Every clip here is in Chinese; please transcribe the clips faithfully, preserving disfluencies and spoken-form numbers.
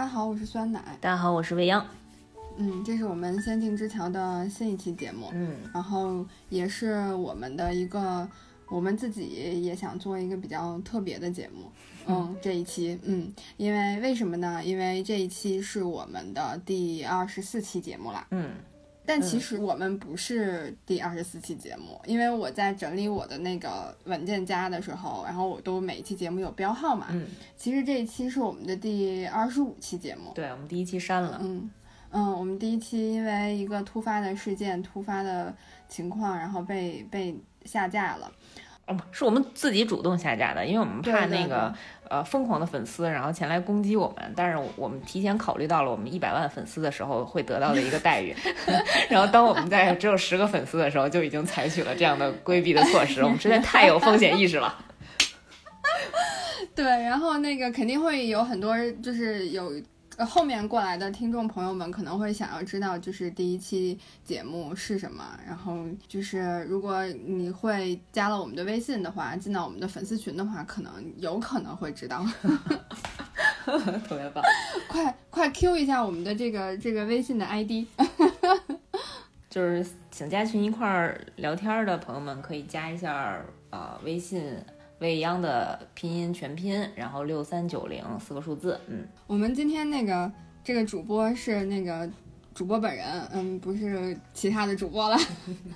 家好，我是酸奶。 大家好，我是未央。 嗯，这是我们仙境之桥的新一期节目。 嗯， 然后也是我们的一个，我们自己也想做一个比较特别的节目。嗯，这一期，嗯，因为为什么呢？因为这一期是我们的第二十四期节目了。 嗯。 但其实我们不是第二十四期节目、嗯、因为我在整理我的那个文件夹的时候，然后我都每一期节目有标号嘛。 嗯， 其实这一期是我们的第二十五期节目。 对，我们第一期删了。 嗯嗯，我们第一期因为一个突发的事件、突发的情况，然后被被下架了。 哦，是我们自己主动下架的，因为我们怕那个对对对呃疯狂的粉丝然后前来攻击我们，但是我们提前考虑到了我们一百万粉丝的时候会得到的一个待遇然后当我们在只有十个粉丝的时候就已经采取了这样的规避的措施我们实在太有风险意识了对，然后那个肯定会有很多就是有后面过来的听众朋友们可能会想要知道就是第一期节目是什么，然后就是如果你会加了我们的微信的话，进到我们的粉丝群的话，可能有可能会知道特别棒快快 Q 一下我们的这个这个微信的 I D 就是想加群一块儿聊天的朋友们可以加一下呃微信未央的拼音全拼，然后六三九零四个数字。嗯， 我们今天那个这个主播是那个主播本人，嗯，不是其他的主播了。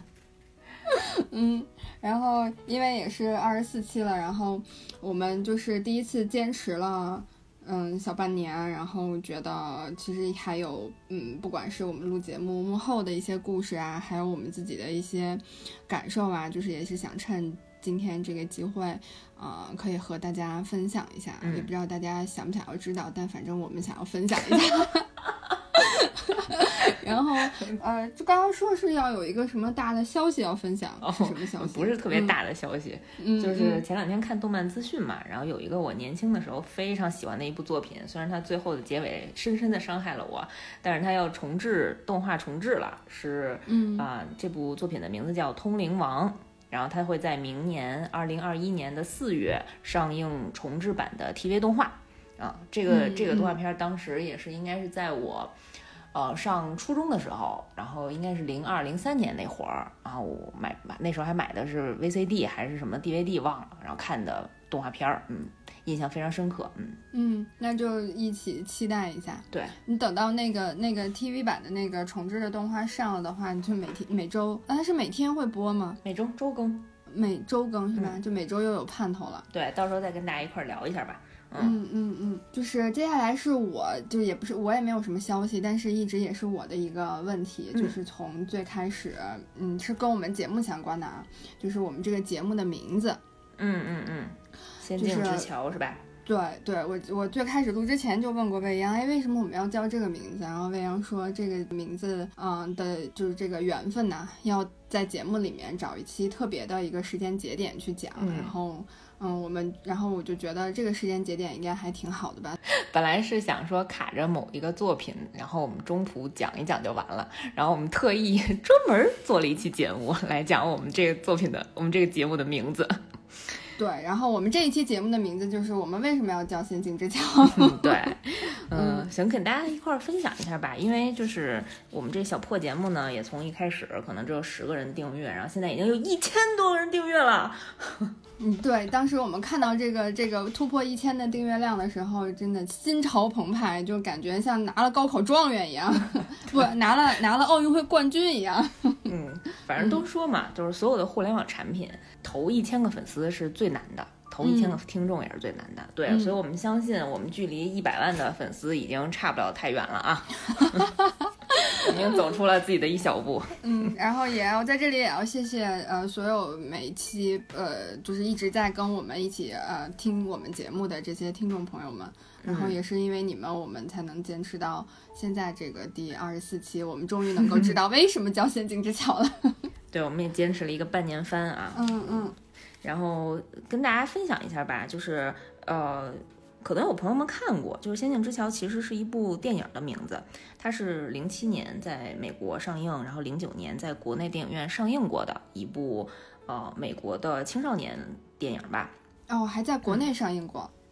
嗯，然后因为也是二十四期了，然后我们就是第一次坚持了。嗯，小半年，然后觉得其实还有，嗯，不管是我们录节目幕后的一些故事啊，还有我们自己的一些感受啊，就是也是想趁今天这个机会，呃，可以和大家分享一下。嗯、也不知道大家想不想要知道，但反正我们想要分享一下。然后，呃，就刚刚说是要有一个什么大的消息要分享，哦、是什么消息？ 不是特别大的消息， 嗯、 就是前两天看动漫资讯嘛，然后有一个我年轻的时候非常喜欢的一部作品，虽然它最后的结尾深深的伤害了我，但是它要重制动画重制了，是， 嗯啊、呃，这部作品的名字叫《通灵王》。然后它会在明年二零二一年的四月上映重制版的 T V 动画啊，这个、 嗯、 这个动画片当时也是应该是在我呃上初中的时候，然后应该是零二零三年那会儿，然后我买买那时候还买的是 V C D 还是什么 D V D 忘了，然后看的动画片，嗯，印象非常深刻，嗯嗯，那就一起期待一下。 对， 你等到那个那个 T V 版的那个重制的动画上了的话，你就每天每周，啊，它是每天会播吗？ 每周周更， 每周更是吧？ 嗯、 就每周又有盼头了。 对，到时候再跟大家一块聊一下吧。 嗯嗯嗯，就是接下来是我就也不是我也没有什么消息，但是一直也是我的一个问题， 嗯、 就是从最开始，嗯，是跟我们节目相关的啊，就是我们这个节目的名字。 嗯嗯嗯，仙境之桥、就是、是吧？ 对对，我我最开始录之前就问过未央，哎，为什么我们要叫这个名字？然后未央说这个名字，嗯的，就是这个缘分呐、啊，要在节目里面找一期特别的一个时间节点去讲， 嗯、 然后。嗯，我们然后我就觉得这个时间节点应该还挺好的吧。 本来是想说卡着某一个作品，然后我们中途讲一讲就完了，然后我们特意专门做了一期节目来讲我们这个作品的，我们这个节目的名字。 对，然后我们这一期节目的名字就是我们为什么要叫仙境之桥。 嗯、对，嗯，嗯想跟大家一块儿分享一下吧，因为就是我们这小破节目呢，也从一开始可能只有十个人订阅，然后现在已经有一千多个人订阅了。 嗯，对，当时我们看到这个这个突破一千的订阅量的时候，真的心潮澎湃，就感觉像拿了高考状元一样，不拿了拿了奥运会冠军一样。 嗯，反正都说嘛，嗯、就是所有的互联网产品，头一千个粉丝是最难的。头一千个听众也是最难的，嗯、对、嗯，所以我们相信我们距离一百万的粉丝已经差不了太远了啊，已经走出了自己的一小步。 嗯，然后也要在这里也要谢谢呃所有每一期呃就是一直在跟我们一起呃听我们节目的这些听众朋友们，然后也是因为你们，我们才能坚持到现在这个第二十四期，我们终于能够知道为什么叫仙境之桥了。 对，我们也坚持了一个半年番啊。 嗯嗯。 然后跟大家分享一下吧，就是呃，可能有朋友们看过，就是《仙境之桥》其实是一部电影的名字，它是零七年在美国上映，然后零九年在国内电影院上映过的一部呃美国的青少年电影吧。 哦，还在国内上映过。 嗯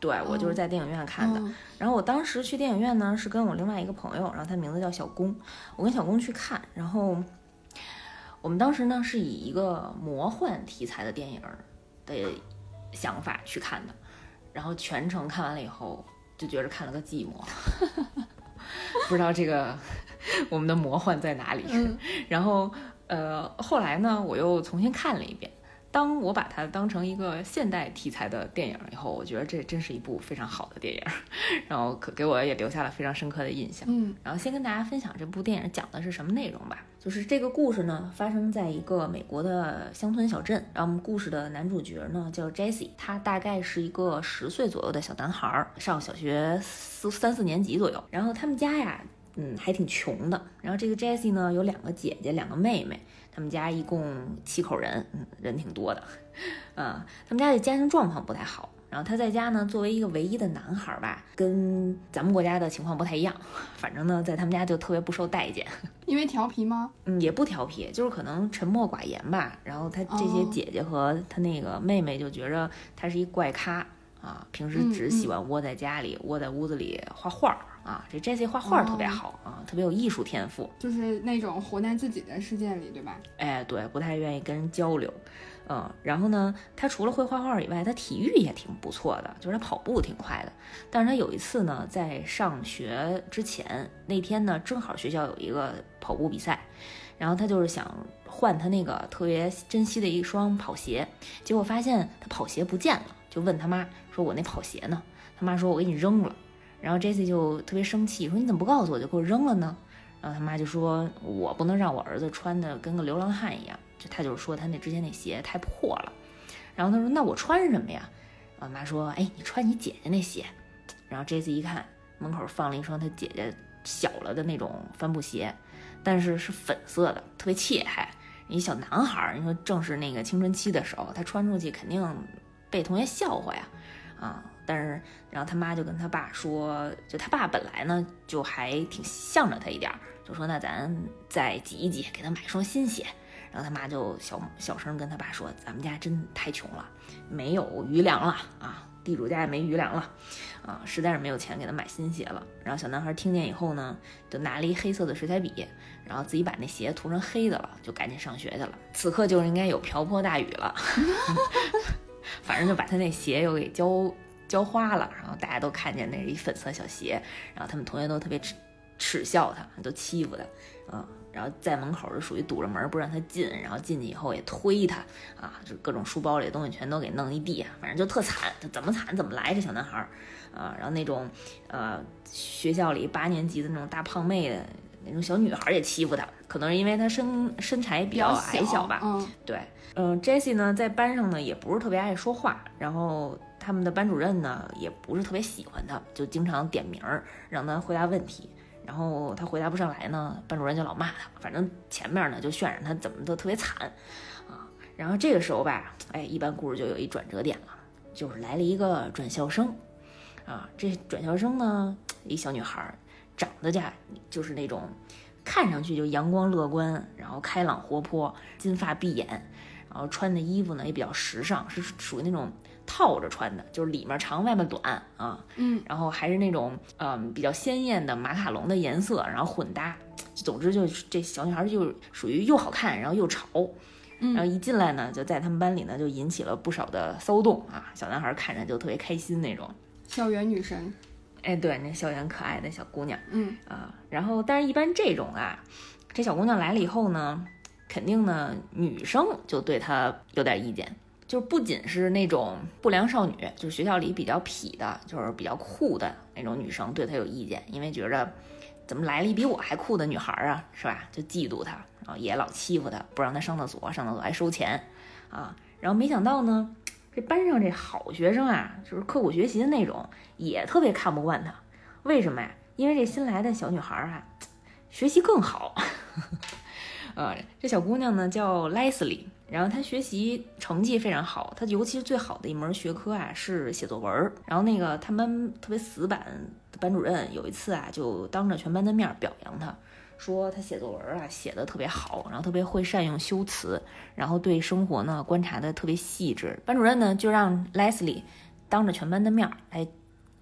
对，我就是在电影院看的。 嗯、 然后我当时去电影院呢，是跟我另外一个朋友，然后他名字叫小龚，我跟小龚去看，然后我们当时呢是以一个魔幻题材的电影的想法去看的，然后全程看完了以后就觉得看了个寂寞，不知道这个我们的魔幻在哪里。 嗯、 然后呃，后来呢我又重新看了一遍，当我把它当成一个现代题材的电影以后，我觉得这真是一部非常好的电影，然后可给我也留下了非常深刻的印象。 嗯， 然后先跟大家分享这部电影讲的是什么内容吧。就是这个故事呢发生在一个美国的乡村小镇，然后我们故事的男主角呢叫 Jesse， 他大概是一个十岁左右的小男孩，上小学四三四年级左右。然后他们家呀嗯，还挺穷的。然后这个 Jessie 呢，有两个姐姐，两个妹妹，他们家一共七口人，嗯，人挺多的，啊、嗯，他们家的家庭状况不太好。然后他在家呢，作为一个唯一的男孩吧，跟咱们国家的情况不太一样。反正呢，在他们家就特别不受待见。 因为调皮吗？ 嗯，也不调皮，就是可能沉默寡言吧。然后他这些姐姐和他那个妹妹就觉着他是一怪咖。啊，平时只喜欢窝在家里，嗯嗯、窝在屋子里画画啊。这 Jessie 画画特别好、哦、啊，特别有艺术天赋， 就是那种活在自己的世界里，对吧？ 哎，对，不太愿意跟人交流。嗯，然后呢，他除了会画画以外，他体育也挺不错的，就是他跑步挺快的。但是他有一次呢，在上学之前那天呢，正好学校有一个跑步比赛，然后他就是想换他那个特别珍惜的一双跑鞋，结果发现他跑鞋不见了。就问他妈说：“我那跑鞋呢？”他妈说：“我给你扔了。”然后 Jessie 就特别生气，说：“你怎么不告诉我就给我扔了呢？”然后他妈就说：“我不能让我儿子穿的跟个流浪汉一样。”就他就是说他那之前那鞋太破了。然后他说：“那我穿什么呀？”然后妈说：“哎，你穿你姐姐那鞋。”然后 Jessie 一看门口放了一双他姐姐小了的那种帆布鞋，但是是粉色的，特别气派。一小男孩，你说正是那个青春期的时候，他穿出去肯定被同学笑话呀，啊！但是，然后他妈就跟他爸说，就他爸本来呢就还挺向着他一点，就说那咱再挤一挤，给他买双新鞋。然后他妈就小小声跟他爸说，咱们家真太穷了，没有余粮了啊，地主家也没余粮了，啊，实在是没有钱给他买新鞋了。然后小男孩听见以后呢，就拿了一黑色的水彩笔，然后自己把那鞋涂成黑的了，就赶紧上学去了。此刻就应该有瓢泼大雨了。反正就把他那鞋又给浇浇花了，然后大家都看见那是一粉色小鞋，然后他们同学都特别耻耻笑他，都欺负他，嗯，然后在门口就属于堵着门不让他进，然后进去以后也推他啊，就各种书包里的东西全都给弄一地，反正就特惨，就怎么惨怎么来这小男孩啊，然后那种呃学校里八年级的那种大胖妹的那种小女孩也欺负他，可能是因为他身身材比较矮小吧， 嗯， 对。嗯 ，Jessie 呢，在班上呢也不是特别爱说话，然后他们的班主任呢也不是特别喜欢他，就经常点名让他回答问题，然后他回答不上来呢，班主任就老骂他，反正前面呢就渲染他怎么都特别惨啊。然后这个时候吧，哎，一般故事就有一转折点了，就是来了一个转校生啊。这转校生呢，一小女孩，长得家就是那种看上去就阳光乐观，然后开朗活泼，金发碧眼。然后穿的衣服呢也比较时尚，是属于那种套着穿的，就是里面长外面短啊， 嗯， 然后还是那种嗯比较鲜艳的马卡龙的颜色，然后混搭，总之就是这小女孩就属于又好看然后又潮，然后一进来呢就在他们班里呢就引起了不少的骚动啊，小男孩看着就特别开心那种， 校园女神， 哎，对，那校园可爱的小姑娘， 嗯啊，然后但是一般这种啊，这小姑娘来了以后呢。肯定呢，女生就对她有点意见，就是不仅是那种不良少女，就是学校里比较痞的，就是比较酷的那种女生对她有意见，因为觉着怎么来了一比我还酷的女孩啊，是吧？就嫉妒她，然后也老欺负她，不让她上厕所，上厕所还收钱啊。然后没想到呢，这班上这好学生啊，就是刻苦学习的那种，也特别看不惯她。为什么呀？因为这新来的小女孩啊，学习更好。呃，这小姑娘呢叫 Leslie， 然后她学习成绩非常好，她尤其是最好的一门学科啊是写作文。然后那个他们特别死板的班主任有一次啊就当着全班的面表扬她，说她写作文啊写得特别好，然后特别会善用修辞，然后对生活呢观察得特别细致。班主任呢就让 Leslie 当着全班的面来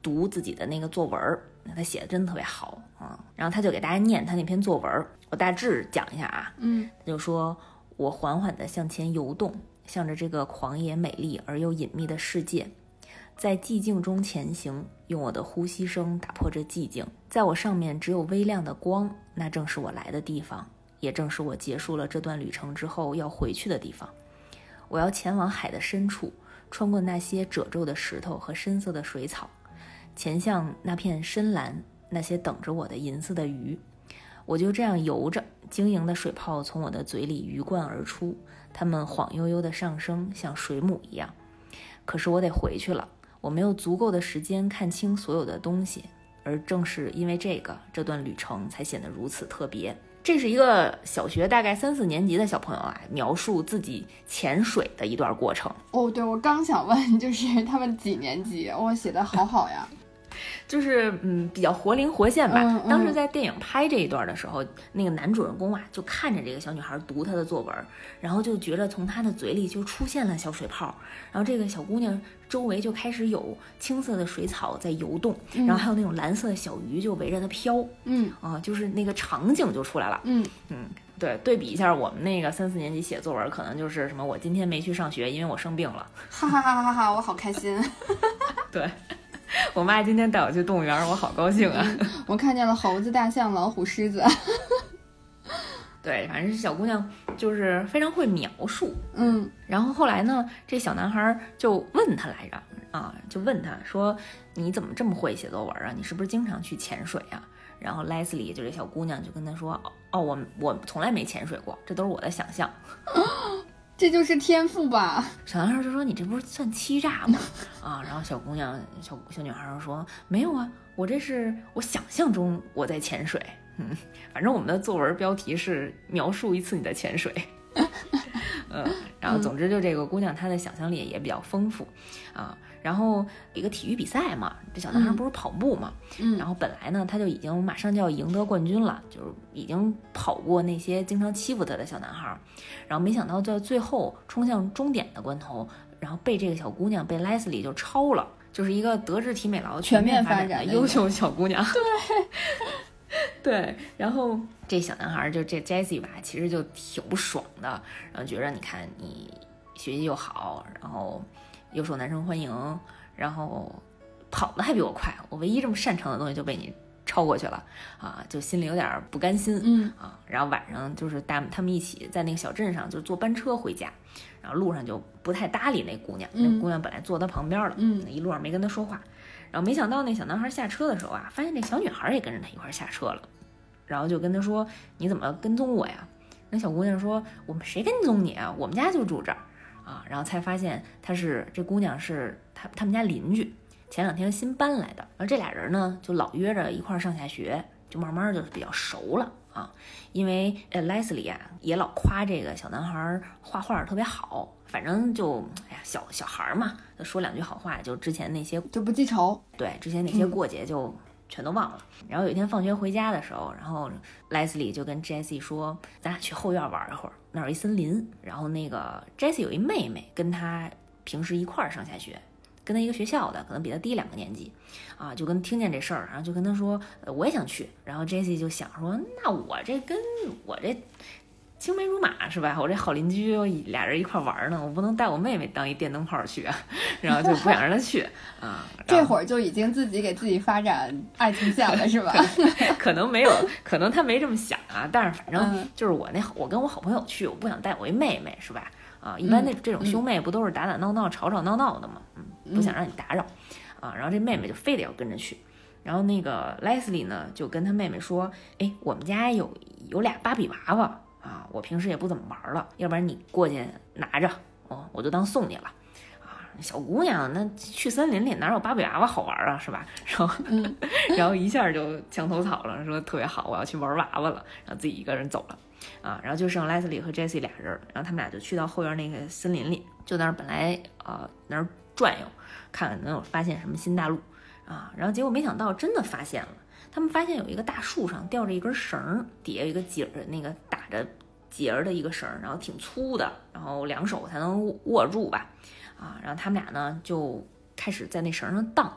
读自己的那个作文，他写的真特别好啊。然后他就给大家念他那篇作文，我大致讲一下啊。 嗯， 他就说，我缓缓地向前游动，向着这个狂野美丽而又隐秘的世界，在寂静中前行，用我的呼吸声打破这寂静。在我上面只有微亮的光，那正是我来的地方，也正是我结束了这段旅程之后要回去的地方。我要前往海的深处，穿过那些褶皱的石头和深色的水草，前向那片深蓝，那些等着我的银色的鱼。我就这样游着，晶莹的水泡从我的嘴里鱼贯而出，它们晃悠悠地上升，像水母一样。可是我得回去了，我没有足够的时间看清所有的东西，而正是因为这个，这段旅程才显得如此特别。这是一个小学大概三四年级的小朋友啊，描述自己潜水的一段过程。 哦，对，我刚想问，就是他们几年级？我写的好好呀。 就是嗯，比较活灵活现吧。 嗯嗯、 当时在电影拍这一段的时候，那个男主人公啊，就看着这个小女孩读她的作文，然后就觉得从她的嘴里就出现了小水泡，然后这个小姑娘周围就开始有青色的水草在游动， 嗯、 然后还有那种蓝色的小鱼就围着她飘， 嗯啊，就是那个场景就出来了。 嗯嗯，对，对比一下我们那个三四年级写作文，可能就是什么我今天没去上学，因为我生病了， 哈哈哈哈哈，我好开心。 对。我妈今天带我去动物园，我好高兴啊！ 嗯、我看见了猴子、大象、老虎、狮子。 对，反正小姑娘就是非常会描述。 嗯， 然后后来呢，这小男孩就问他来着啊，就问他说：“你怎么这么会写作文啊？你是不是经常去潜水啊？”然后莱斯利就这小姑娘就跟他说：“哦，我我从来没潜水过，这都是我的想象。” 这就是天赋吧。 小男孩就说：“你这不是算欺诈吗？”啊，然后小姑娘小小女孩说：“没有啊，我这是我想象中我在潜水。”嗯，反正我们的作文标题是描述一次你的潜水。嗯，然后总之就这个姑娘她的想象力也比较丰富啊。然后一个体育比赛嘛，这小男孩不是跑步嘛， 嗯， 然后本来呢他就已经马上就要赢得冠军了，就是已经跑过那些经常欺负他的小男孩，然后没想到在最后冲向终点的关头，然后被这个小姑娘被莱斯利就超了，就是一个德智体美劳全面发展的优秀小姑娘。 对。 对，然后这小男孩就这 Jessie 吧，其实就挺不爽的，然后觉得你看你学习又好，然后又受男生欢迎，然后跑得还比我快，我唯一这么擅长的东西就被你超过去了啊，就心里有点不甘心。 嗯啊，然后晚上就是大他们一起在那个小镇上就坐班车回家，然后路上就不太搭理那姑娘， 嗯、 那姑娘本来坐他旁边了， 嗯， 一路上没跟他说话。然后没想到那小男孩下车的时候啊，发现这小女孩也跟着他一块下车了，然后就跟他说：“你怎么跟踪我呀？”那小姑娘说：“我们谁跟踪你啊？我们家就住这儿啊。”然后才发现她是这姑娘是他他们家邻居，前两天新搬来的。然后这俩人呢就老约着一块上下学，就慢慢就比较熟了啊。因为呃莱斯利啊也老夸这个小男孩画画特别好。反正就哎呀，小小孩嘛，说两句好话，就之前那些就不记仇， 对，之前那些过节就全都忘了。嗯、然后有一天放学回家的时候，然后莱斯利就跟 Jessie 说：“咱俩去后院玩一会儿，那儿有一森林。”然后那个 Jessie 有一妹妹，跟她平时一块儿上下学，跟她一个学校的，可能比她低两个年级，啊，就跟听见这事儿，然后就跟她说：“呃，我也想去。”然后 Jessie 就想说：“那我这跟我这。”青梅竹马是吧？我这好邻居，俩人一块玩呢，我不能带我妹妹当一电灯泡去啊，然后就不想让她去啊。 这会儿就已经自己给自己发展爱情线了，是吧？ 可能没有，可能他没这么想啊。但是反正就是我那，我跟我好朋友去，我不想带我一妹妹，是吧？啊，一般那这种兄妹不都是打打闹闹、吵吵闹闹的吗？嗯，不想让你打扰啊。然后这妹妹就非得要跟着去。然后那个莱斯利呢，就跟他妹妹说：“哎，我们家有有俩芭比娃娃。”啊，我平时也不怎么玩了，要不然你过去拿着，哦，我就当送你了。啊，小姑娘那去森林里哪有芭比娃娃好玩啊，是吧？然后，嗯、然后一下就墙头草了，说特别好，我要去玩娃娃了，然后自己一个人走了。啊，然后就剩莱斯利和 Jessie 俩人，然后他们俩就去到后院那个森林里，就那儿本来呃那儿转悠，看看能有发现什么新大陆啊，然后结果没想到真的发现了。他们发现有一个大树上吊着一根绳，底下有一个结儿，那个打着结儿的一个绳，然后挺粗的，然后两手才能握住吧，啊，然后他们俩呢就开始在那绳上荡，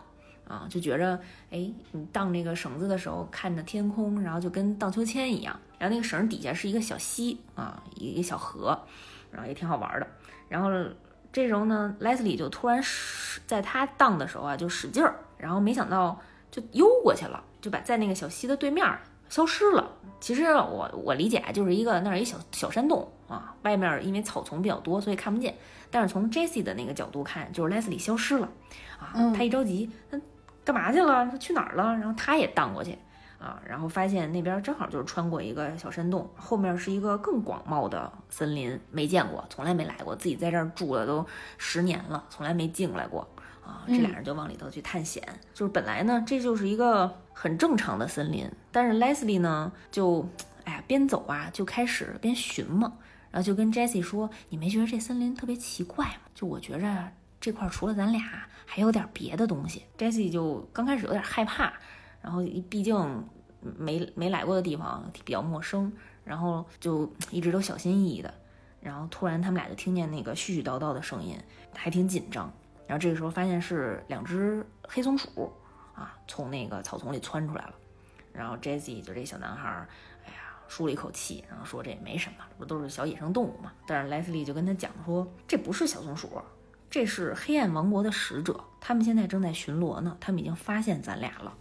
啊，就觉着哎，你荡这个绳子的时候看着天空，然后就跟荡秋千一样，然后那个绳底下是一个小溪啊，一个小河，然后也挺好玩的。然后这时候呢 Leslie 就突然在他荡的时候啊就使劲儿，然后没想到就悠过去了，就把在那个小溪的对面消失了。其实我我理解啊，就是一个那儿一小小山洞啊，外面因为草丛比较多，所以看不见。但是从 Jessie 的那个角度看，就是 Leslie 消失了啊，他一着急，他干嘛去了？他去哪儿了？然后他也荡过去啊，然后发现那边正好就是穿过一个小山洞，后面是一个更广袤的森林，没见过，从来没来过，自己在这儿住了都十年了，从来没进来过啊。这俩人就往里头去探险，嗯、就是本来呢，这就是一个很正常的森林，但是 Leslie 呢，就哎呀边走啊，就开始边寻嘛，然后就跟 Jessie 说：“你没觉得这森林特别奇怪吗？就我觉着这块除了咱俩，还有点别的东西。” Jessie 就刚开始有点害怕，然后毕竟没没来过的地方比较陌生，然后就一直都小心翼翼的。然后突然他们俩就听见那个絮絮叨叨的声音，还挺紧张。然后这个时候发现是两只黑松鼠啊，从那个草丛里窜出来了。然后 Jessie 就这小男孩，哎呀，舒了一口气，然后说这也没什么，这不都是小野生动物嘛。但是 Leslie 就跟他讲说，这不是小松鼠，这是黑暗王国的使者，他们现在正在巡逻呢，他们已经发现咱俩了。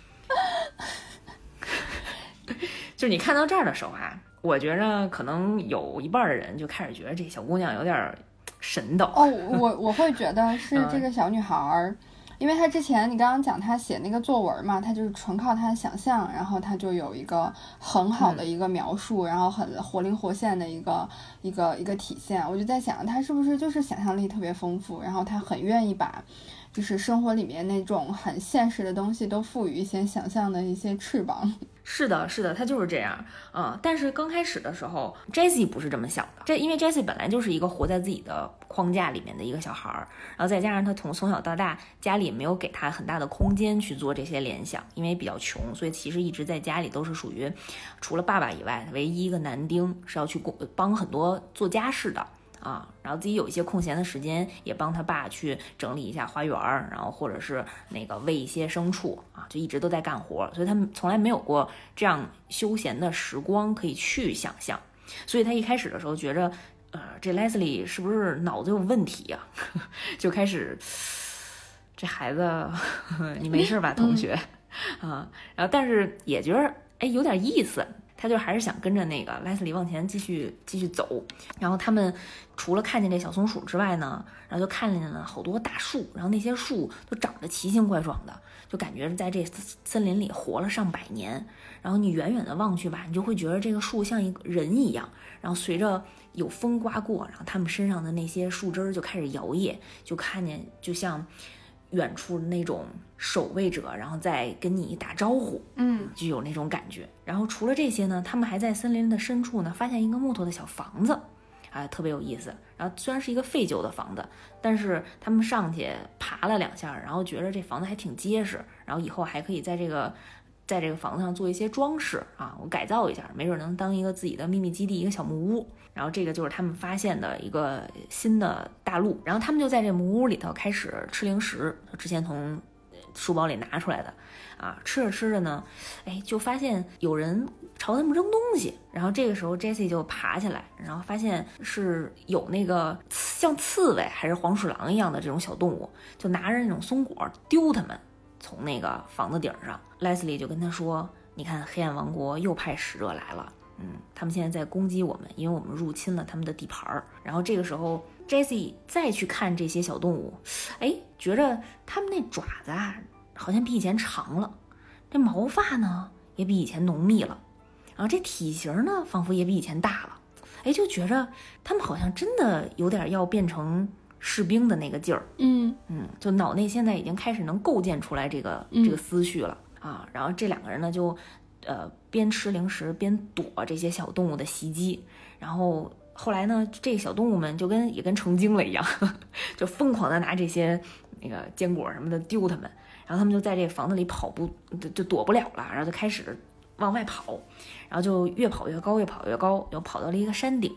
就是你看到这儿的时候啊，我觉着可能有一半的人就开始觉得这小姑娘有点神叨哦，我我会觉得是这个小女孩儿，因为她之前你刚刚讲她写那个作文嘛，她就是纯靠她的想象，然后她就有一个很好的一个描述，嗯、然后很活灵活现的一个一个一个体现。我就在想，她是不是就是想象力特别丰富，然后她很愿意把就是生活里面那种很现实的东西都赋予一些想象的一些翅膀。 是的，是的，他就是这样，嗯，但是刚开始的时候 ，Jessie 不是这么想的，这因为 Jessie 本来就是一个活在自己的框架里面的一个小孩儿，然后再加上他从从小到大家里也没有给他很大的空间去做这些联想，因为比较穷，所以其实一直在家里都是属于除了爸爸以外唯一一个男丁，是要去帮很多做家事的。啊，然后自己有一些空闲的时间，也帮他爸去整理一下花园，然后或者是那个喂一些牲畜啊，就一直都在干活，所以他们从来没有过这样休闲的时光可以去想象。所以他一开始的时候觉着，呃，这 Leslie 是不是脑子有问题啊？就开始，这孩子，呵呵你没事吧，同学？嗯、啊，然后但是也觉得，哎，有点意思。他就还是想跟着那个 Leslie 往前继续继续走，然后他们除了看见这小松鼠之外呢，然后就看见了好多大树，然后那些树都长得奇形怪状的，就感觉在这森林里活了上百年。然后你远远的望去吧，你就会觉得这个树像一个人一样，然后随着有风刮过，然后他们身上的那些树枝就开始摇曳，就看见就像远处那种守卫者，然后再跟你打招呼， 嗯， 就有那种感觉。然后除了这些呢，他们还在森林的深处呢，发现一个木头的小房子，啊，特别有意思。然后虽然是一个废旧的房子，但是他们上去爬了两下，然后觉得这房子还挺结实，然后以后还可以在这个在这个房子上做一些装饰啊，我改造一下，没准能当一个自己的秘密基地，一个小木屋。然后这个就是他们发现的一个新的大陆，然后他们就在这木屋里头开始吃零食，之前从书包里拿出来的啊，吃着吃着呢，哎，就发现有人朝他们扔东西，然后这个时候 Jessie 就爬起来，然后发现是有那个像刺猬还是黄鼠狼一样的这种小动物，就拿着那种松果丢他们，从那个房子顶上。 Leslie 就跟他说，你看黑暗王国又派使者来了，嗯，他们现在在攻击我们，因为我们入侵了他们的地盘。然后这个时候 Jessie 再去看这些小动物，哎，觉着他们那爪子啊好像比以前长了，这毛发呢也比以前浓密了，然后这体型呢仿佛也比以前大了，哎，就觉着他们好像真的有点要变成士兵的那个劲儿。 嗯嗯，就脑内现在已经开始能构建出来这个这个思绪了、嗯、啊。然后这两个人呢就呃边吃零食边躲这些小动物的袭击，然后后来呢这小动物们就跟也跟成精了一样，呵呵就疯狂的拿这些那个坚果什么的丢他们，然后他们就在这个房子里跑步就就躲不了了，然后就开始往外跑，然后就越跑越高越跑越高，又跑到了一个山顶上，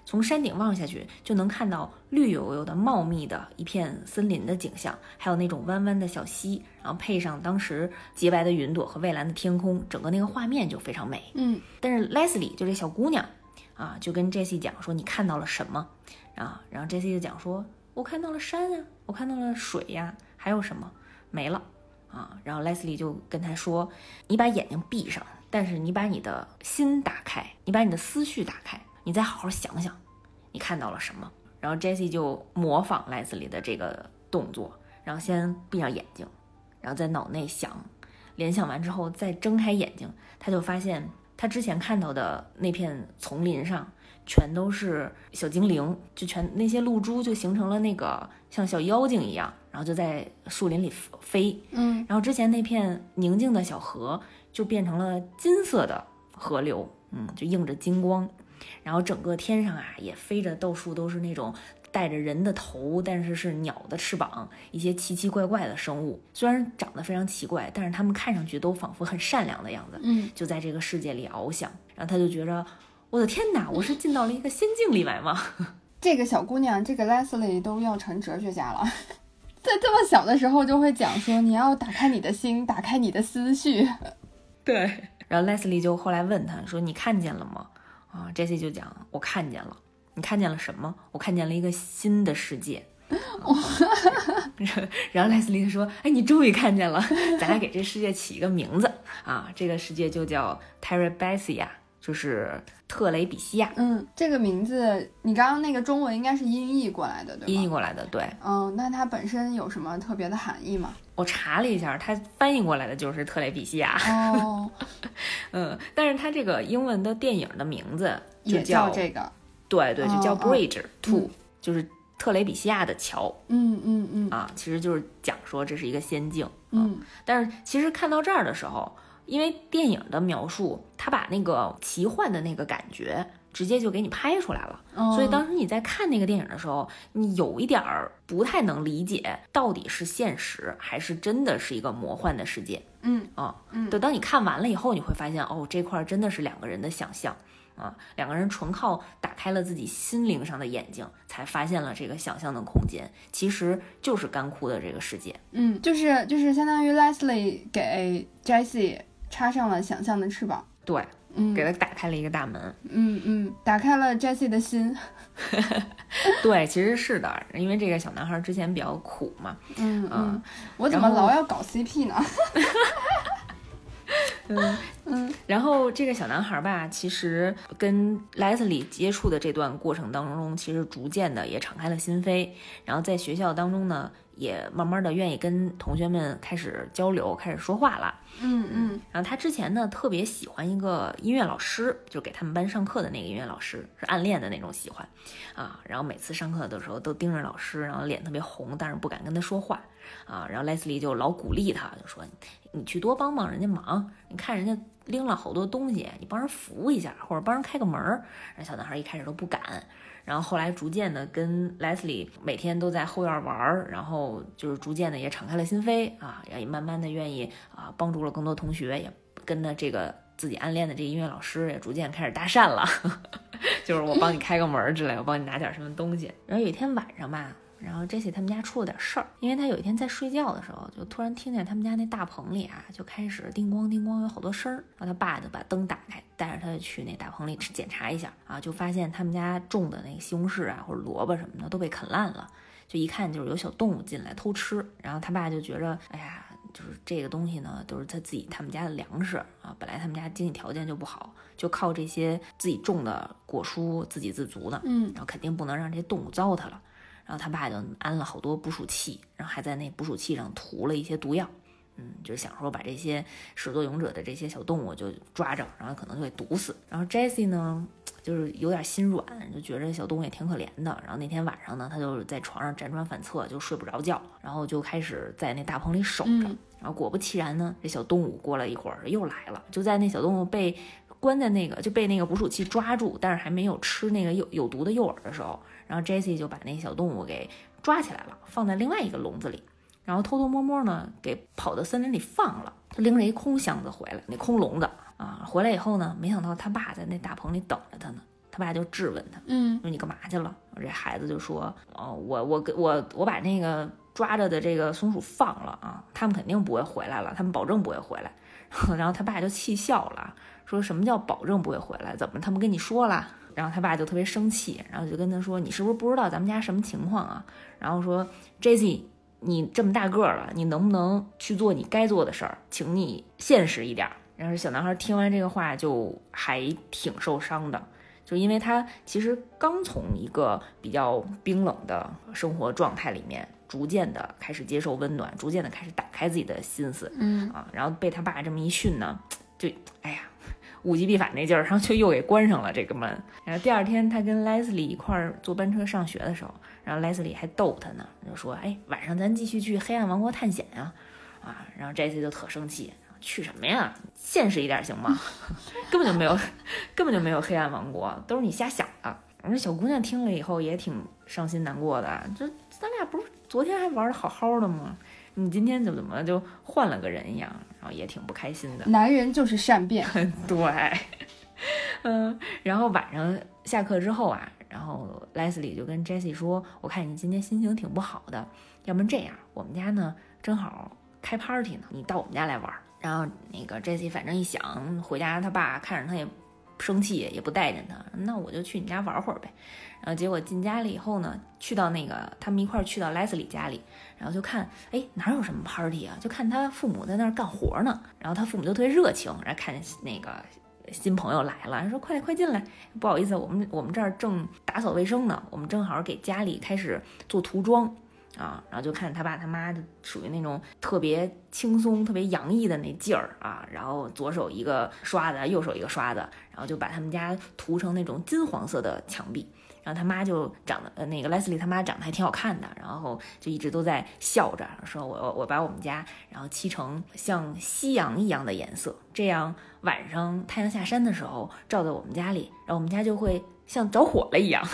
从山顶望下去就能看到绿油油的茂密的一片森林的景象，还有那种弯弯的小溪，然后配上当时洁白的云朵和蔚蓝的天空，整个那个画面就非常美。 嗯， 但是 Leslie 就这小姑娘啊，就跟 Jessie 讲说你看到了什么啊？然后 Jessie 就讲说我看到了山呀，我看到了水呀，还有什么没了啊？然后 Leslie 就跟他说你把眼睛闭上，但是你把你的心打开，你把你的思绪打开，你再好好想想你看到了什么。然后 Jessie 就模仿 Leslie 的这个动作，然后先闭上眼睛，然后在脑内想，联想完之后再睁开眼睛，他就发现他之前看到的那片丛林上全都是小精灵，就全那些露珠就形成了那个像小妖精一样，然后就在树林里飞。 嗯， 然后之前那片宁静的小河就变成了金色的河流，嗯，就映着金光。然后整个天上啊也飞着到处都是那种带着人的头，但是是鸟的翅膀，一些奇奇怪怪的生物，虽然长得非常奇怪，但是他们看上去都仿佛很善良的样子。 嗯， 就在这个世界里翱翔。然后他就觉着我的天哪，我是进到了一个仙境里来吗？ 这个小姑娘，这个 Leslie 都要成哲学家了，在这么小的时候就会讲说你要打开你的心，打开你的思绪。 对。然后 Leslie 就后来问他说你看见了吗？啊 Jessie 就讲我看见了。你看见了什么？我看见了一个新的世界。啊、然后 Leslie 就说哎，你终于看见了，咱俩给这世界起一个名字啊，这个世界就叫 Terabithia， 就是特雷比西亚。 嗯，这个名字你刚刚那个中文应该是音译过来的，对吗？ 音译过来的，对。 嗯，那它本身有什么特别的含义吗？ 我查了一下，它翻译过来的就是特雷比西亚。 哦， 嗯，但是它这个英文的电影的名字就也叫这个。 对对，就叫 Bridge to，、 嗯、 就是特雷比西亚的桥。 嗯嗯嗯。 啊，其实就是讲说这是一个仙境。 嗯， 但是其实看到这儿的时候，因为电影的描述，他把那个奇幻的那个感觉直接就给你拍出来了， 哦、 所以当时你在看那个电影的时候，你有一点儿不太能理解到底是现实还是真的是一个魔幻的世界。 嗯啊， 嗯， 对，当你看完了以后，你会发现哦，这块真的是两个人的想象。啊，两个人纯靠打开了自己心灵上的眼睛，才发现了这个想象的空间，其实就是干枯的这个世界。 嗯，就是就是相当于 Leslie 给 Jessie 插上了想象的翅膀。 对， 嗯， 给他打开了一个大门。 嗯嗯，打开了 Jessie 的心。 对，其实是的，因为这个小男孩之前比较苦嘛。 嗯嗯，我怎么老要搞 C P 呢？ 嗯嗯，然后这个小男孩吧，其实跟 Leslie 接触的这段过程当中，其实逐渐的也敞开了心扉，然后在学校当中呢，也慢慢的愿意跟同学们开始交流，开始说话了。 嗯嗯， 然后他之前呢特别喜欢一个音乐老师，就给他们班上课的那个音乐老师，是暗恋的那种喜欢啊。然后每次上课的时候都盯着老师，然后脸特别红，但是不敢跟他说话啊。然后 Leslie 就老鼓励他，就说你去多帮帮人家忙，你看人家拎了好多东西，你帮人扶一下，或者帮人开个门。然后小男孩一开始都不敢，然后后来逐渐的跟 Leslie 每天都在后院玩，然后就是逐渐的也敞开了心扉啊，也慢慢的愿意啊帮助了更多同学，也跟着这个自己暗恋的这个音乐老师也逐渐开始搭讪了，就是我帮你开个门之类，我帮你拿点什么东西。然后有一天晚上吧，然后 Jessie 他们家出了点事儿，因为他有一天在睡觉的时候，就突然听见他们家那大棚里啊，就开始叮咣叮咣有好多声儿。然后他爸就把灯打开，带着他去那大棚里检查一下啊，就发现他们家种的那个西红柿啊或者萝卜什么的都被啃烂了，就一看就是有小动物进来偷吃。然后他爸就觉着，哎呀，就是这个东西呢都是他自己他们家的粮食啊，本来他们家经济条件就不好，就靠这些自己种的果蔬自给自足呢， 嗯， 然后肯定不能让这些动物糟蹋了。然后他爸就安了好多捕鼠器，然后还在那捕鼠器上涂了一些毒药，嗯，就是想说把这些始作俑者的这些小动物就抓着，然后可能就会毒死。然后 Jessie 呢，就是有点心软，就觉得小动物也挺可怜的。然后那天晚上呢，他就在床上辗转反侧，就睡不着觉，然后就开始在那大棚里守着。 嗯、 然后果不其然呢，这小动物过了一会儿又来了，就在那小动物被关在那个就被那个捕鼠器抓住，但是还没有吃那个有有毒的诱饵的时候，然后 Jessie 就把那小动物给抓起来了，放在另外一个笼子里，然后偷偷摸摸呢给跑到森林里放了，就拎着一空箱子回来，那空笼子啊，回来以后呢，没想到他爸在那大棚里等着他呢， 他爸就质问他， 嗯， 说你干嘛去了？这孩子就说，哦，我我我我把那个抓着的这个松鼠放了啊，他们肯定不会回来了，他们保证不会回来。然后他爸就气笑了，说什么叫保证不会回来？怎么他们跟你说了？然后他爸就特别生气，然后就跟他说，你是不是不知道咱们家什么情况啊？然后说 Jessie， 你这么大个了，你能不能去做你该做的事儿？请你现实一点。然后小男孩听完这个话就还挺受伤的，就因为他其实刚从一个比较冰冷的生活状态里面逐渐的开始接受温暖，逐渐的开始打开自己的心思， 嗯啊，然后被他爸这么一训呢，就哎呀物极必反那劲儿，然后就又给关上了这个门。然后第二天他跟 Leslie 一块儿坐班车上学的时候，然后 Leslie 还逗他呢，就说，哎，晚上咱继续去黑暗王国探险呀，啊，然后 Jessie 就特生气，去什么呀？现实一点行吗？根本就没有，根本就没有黑暗王国，都是你瞎想的。我说小姑娘听了以后也挺伤心难过的，就咱俩不是昨天还玩的好好的吗？你今天怎么怎么就换了个人一样，然后也挺不开心的。 男人就是善变。 对，嗯，然后晚上下课之后啊，然后 Leslie 就跟 Jessie 说，我看你今天心情挺不好的，要不然这样，我们家呢正好开 party 呢，你到我们家来玩。然后那个 Jessie 反正一想，回家他爸看着他也生气，也不待见他，那我就去你家玩会儿呗。然后结果进家里以后呢，去到那个他们一块儿去到 Leslie 家里，然后就看，哎，哪有什么 party 啊？就看他父母在那儿干活呢。然后他父母就特别热情，然后看那个新朋友来了，说快来快进来，不好意思，我们我们这儿正打扫卫生呢，我们正好给家里开始做涂装。啊，然后就看他爸他妈就属于那种特别轻松、特别洋溢的那劲儿啊，然后左手一个刷子，右手一个刷子，然后就把他们家涂成那种金黄色的墙壁。然后他妈就长得呃那个 Leslie 他妈长得还挺好看的，然后就一直都在笑着说我我把我们家然后漆成像夕阳一样的颜色，这样晚上太阳下山的时候照在我们家里，然后我们家就会像着火了一样。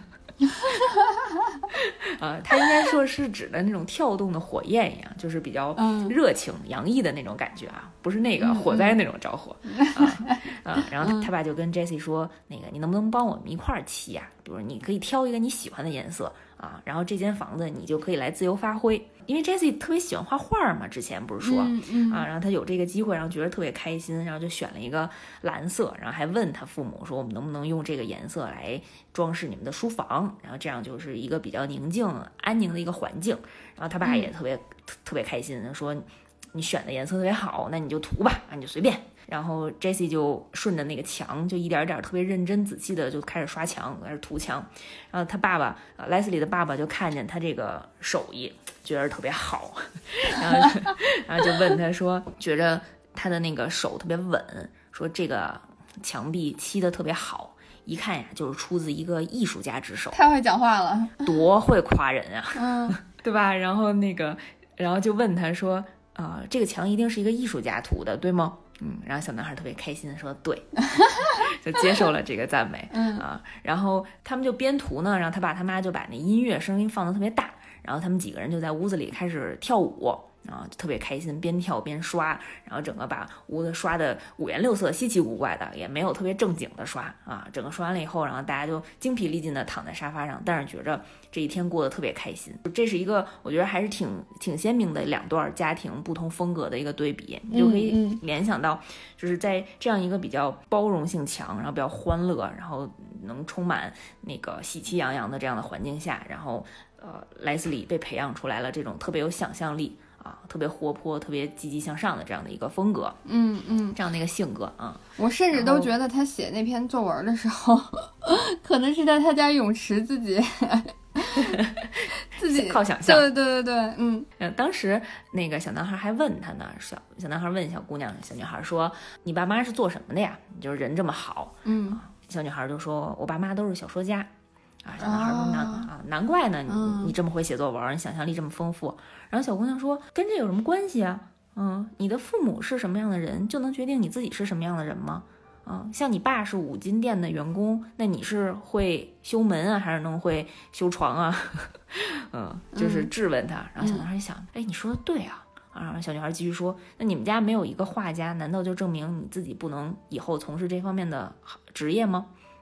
呃，他应该说是指的那种跳动的火焰一样，就是比较热情、洋溢的那种感觉啊，不是那个火灾那种着火、嗯嗯、啊啊。然后他他爸就跟 Jessie 说，那个你能不能帮我们一块儿漆呀？比如你可以挑一个你喜欢的颜色啊，然后这间房子你就可以来自由发挥。因为 Jessie 特别喜欢画画嘛，之前不是说、 嗯嗯、 啊，然后他有这个机会，然后觉得特别开心，然后就选了一个蓝色，然后还问他父母说，我们能不能用这个颜色来装饰你们的书房，然后这样就是一个比较宁静安宁的一个环境。然后他爸也特别、嗯、特别开心，说你选的颜色特别好，那你就涂吧，你就随便。然后 Jessie 就顺着那个墙，就一点点特别认真仔细的就开始刷墙，开始涂墙。然后他爸爸、呃、Leslie 的爸爸就看见他这个手艺，觉得特别好，然后然后就问他说，觉着他的那个手特别稳，说这个墙壁漆的特别好，一看呀就是出自一个艺术家之手。 太会讲话了， 多会夸人啊， 嗯， 对吧？然后那个，然后就问他说，呃，这个墙一定是一个艺术家涂的，对吗？嗯，然后小男孩特别开心的说对，就接受了这个赞美。 嗯啊，然后他们就边涂呢，然后他爸他妈就把那音乐声音放得特别大，然后他们几个人就在屋子里开始跳舞啊，就特别开心，边跳边刷，然后整个把屋子刷的五颜六色、稀奇古怪的，也没有特别正经的刷啊。整个刷完了以后，然后大家就精疲力尽的躺在沙发上，但是觉着这一天过得特别开心。这是一个我觉得还是挺挺鲜明的两段家庭不同风格的一个对比，你就可以联想到，就是在这样一个比较包容性强，然后比较欢乐，然后能充满那个喜气洋洋的这样的环境下，然后呃，莱斯里被培养出来了这种特别有想象力啊，特别活泼、特别积极向上的这样的一个风格， 嗯嗯， 这样的一个性格啊。 我甚至都觉得他写那篇作文的时候，可能是在他家泳池自己自己靠想象。 对对对对，嗯。 当时那个小男孩还问他呢，小小男孩问小姑娘、小女孩说：“你爸妈是做什么的呀？你就是人这么好。” 嗯、 啊，小女孩就说：“我爸妈都是小说家。”啊，小男孩说难、哦、啊，难怪呢，你、嗯、你这么会写作文，你想象力这么丰富。然后小姑娘说，跟这有什么关系啊？嗯，你的父母是什么样的人，就能决定你自己是什么样的人吗？啊，像你爸是五金店的员工，那你是会修门啊，还是能会修床啊？嗯，就是质问他。然后小男孩想，哎、嗯，你说的对啊。啊，然后小女孩继续说，那你们家没有一个画家，难道就证明你自己不能以后从事这方面的职业吗？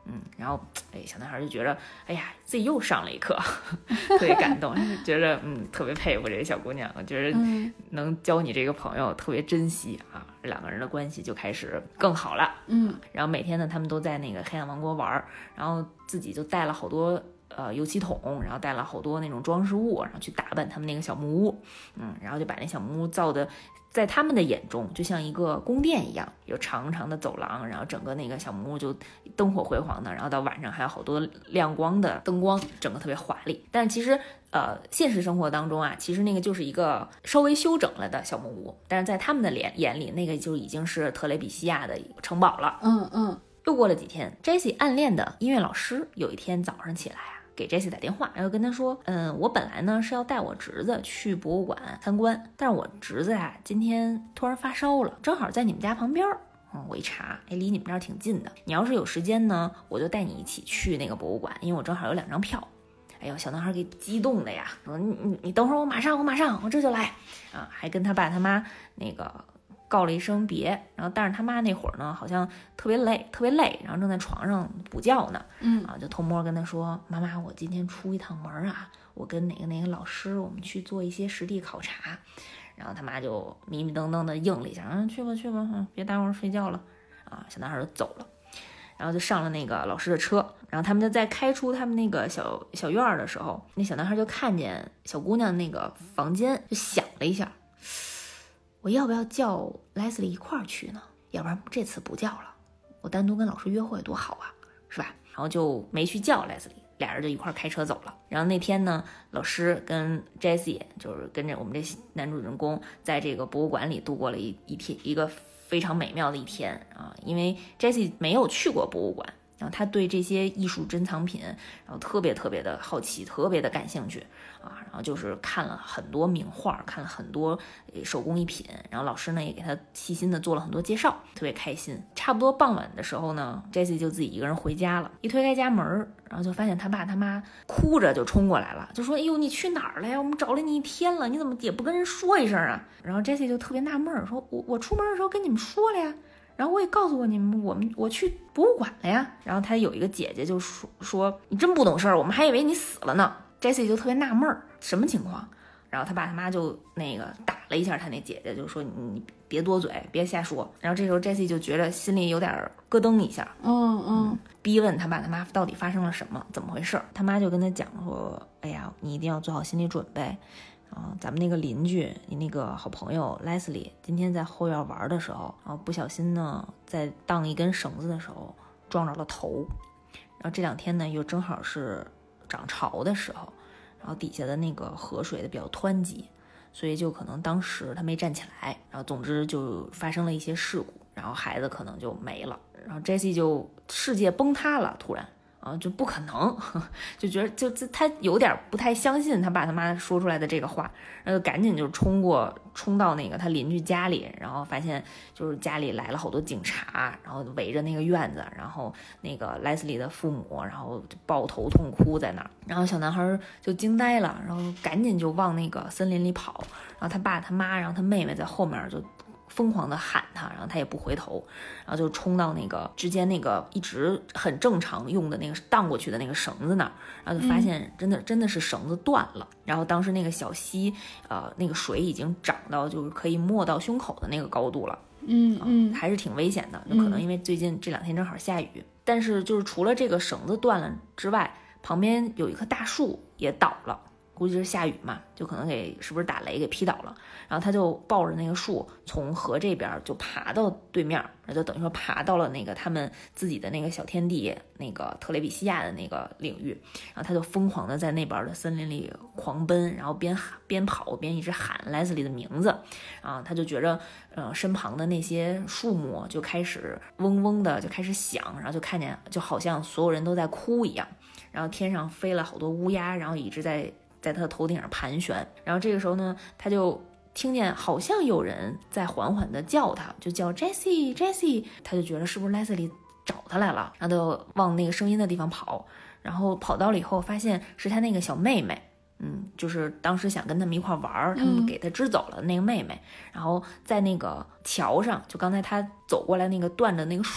嗯，然后哎，小男孩就觉得，哎呀，自己又上了一课，特别感动，觉得嗯，特别佩服这个小姑娘，我觉得能交你这个朋友特别珍惜啊，两个人的关系就开始更好了。 嗯， 然后每天呢，他们都在那个黑暗王国玩，然后自己就带了好多呃油漆桶，然后带了好多那种装饰物，然后去打扮他们那个小木屋，嗯，然后就把那小木屋造的。在他们的眼中就像一个宫殿一样，有长长的走廊，然后整个那个小木屋就灯火辉煌的，然后到晚上还有好多亮光的灯光，整个特别华丽。但其实呃，现实生活当中啊，其实那个就是一个稍微修整了的小木屋，但是在他们的眼眼里，那个就已经是特雷比西亚的城堡了。 嗯嗯。 又过了几天 Jessie 暗恋的音乐老师有一天早上起来啊，给 Jessie 打电话，然后跟他说，嗯，我本来呢是要带我侄子去博物馆参观，但是我侄子啊今天突然发烧了，正好在你们家旁边。嗯，我一查，哎，离你们这儿挺近的。你要是有时间呢，我就带你一起去那个博物馆，因为我正好有两张票。哎呦，小男孩给激动的呀，说你你你等会儿，我马上我马上我这就来啊，还跟他爸他妈那个告了一声别，然后但是他妈那会儿呢，好像特别累，特别累，然后正在床上补觉呢， 嗯啊，就偷摸跟他说，妈妈，我今天出一趟门啊，我跟哪个哪个老师，我们去做一些实地考察。然后他妈就迷迷瞪瞪的应了一下，嗯，去吧去吧，嗯，别耽误人睡觉了，啊，小男孩就走了，然后就上了那个老师的车，然后他们就在开出他们那个小小院的时候，那小男孩就看见小姑娘那个房间，就想了一下。我要不要叫莱斯利一块儿去呢？要不然这次不叫了，我单独跟老师约会多好啊，是吧？然后就没去叫莱斯利，俩人就一块儿开车走了。然后那天呢，老师跟 Jessie 就是跟着我们这男主人公在这个博物馆里度过了一一天一个非常美妙的一天啊，因为 Jessie 没有去过博物馆，然后他对这些艺术珍藏品，然后特别特别的好奇，特别的感兴趣啊，然后就是看了很多名画，看了很多手工艺品，然后老师呢也给他细心的做了很多介绍，特别开心。差不多傍晚的时候呢 Jessie 就自己一个人回家了，一推开家门，然后就发现他爸他妈哭着就冲过来了，就说，哎呦，你去哪儿了呀？我们找了你一天了，你怎么也不跟人说一声啊？然后 Jessie 就特别纳闷，说我我出门的时候跟你们说了呀，然后我也告诉过你们，我们我去博物馆了呀。然后他有一个姐姐就说说你真不懂事儿，我们还以为你死了呢。Jessie 就特别纳闷，什么情况？然后他爸他妈就那个打了一下他那姐姐，就说你别多嘴，别瞎说。然后这时候 Jessie 就觉得心里有点咯噔一下， 嗯嗯， 逼问他爸他妈到底发生了什么，怎么回事。他妈就跟他讲说，哎呀，你一定要做好心理准备。啊，咱们那个邻居，你那个好朋友 Leslie 今天在后院玩的时候，然后不小心呢，在荡一根绳子的时候撞着了头。然后这两天呢，又正好是涨潮的时候，然后底下的那个河水的比较湍急，所以就可能当时他没站起来，然后总之就发生了一些事故，然后孩子可能就没了。然后 Jessie 就世界崩塌了，突然。啊，就不可能，就觉得就他有点不太相信他爸他妈说出来的这个话，然后赶紧就冲过冲到那个他邻居家里，然后发现就是家里来了好多警察，然后围着那个院子，然后那个莱斯利的父母，然后就抱头痛哭在那儿，然后小男孩就惊呆了，然后赶紧就往那个森林里跑，然后他爸他妈，然后他妹妹在后面就疯狂的喊他，然后他也不回头，然后就冲到那个之间那个一直很正常用的那个荡过去的那个绳子那儿，然后就发现真的、嗯、真的是绳子断了。然后当时那个小溪，呃，那个水已经涨到就是可以没到胸口的那个高度了。 嗯嗯、 呃，还是挺危险的，就可能因为最近这两天正好下雨。嗯、但是就是除了这个绳子断了之外，旁边有一棵大树也倒了。估计是下雨嘛，就可能给是不是打雷给劈倒了，然后他就抱着那个树从河这边就爬到对面，就等于说爬到了那个他们自己的那个小天地，那个特雷比西亚的那个领域，然后他就疯狂的在那边的森林里狂奔，然后边边跑边一直喊莱斯利的名字，然后他就觉着呃身旁的那些树木就开始嗡嗡的就开始响，然后就看见就好像所有人都在哭一样，然后天上飞了好多乌鸦，然后一直在在他的头顶上盘旋，然后这个时候呢，他就听见好像有人在缓缓的叫他，就叫 Jessie Jessie， 他就觉得是不是莱斯利找他来了，然后就往那个声音的地方跑，然后跑到了以后发现是他那个小妹妹，嗯，就是当时想跟他们一块玩，他们给他支走了那个妹妹，嗯、然后在那个桥上，就刚才他走过来那个断着那个树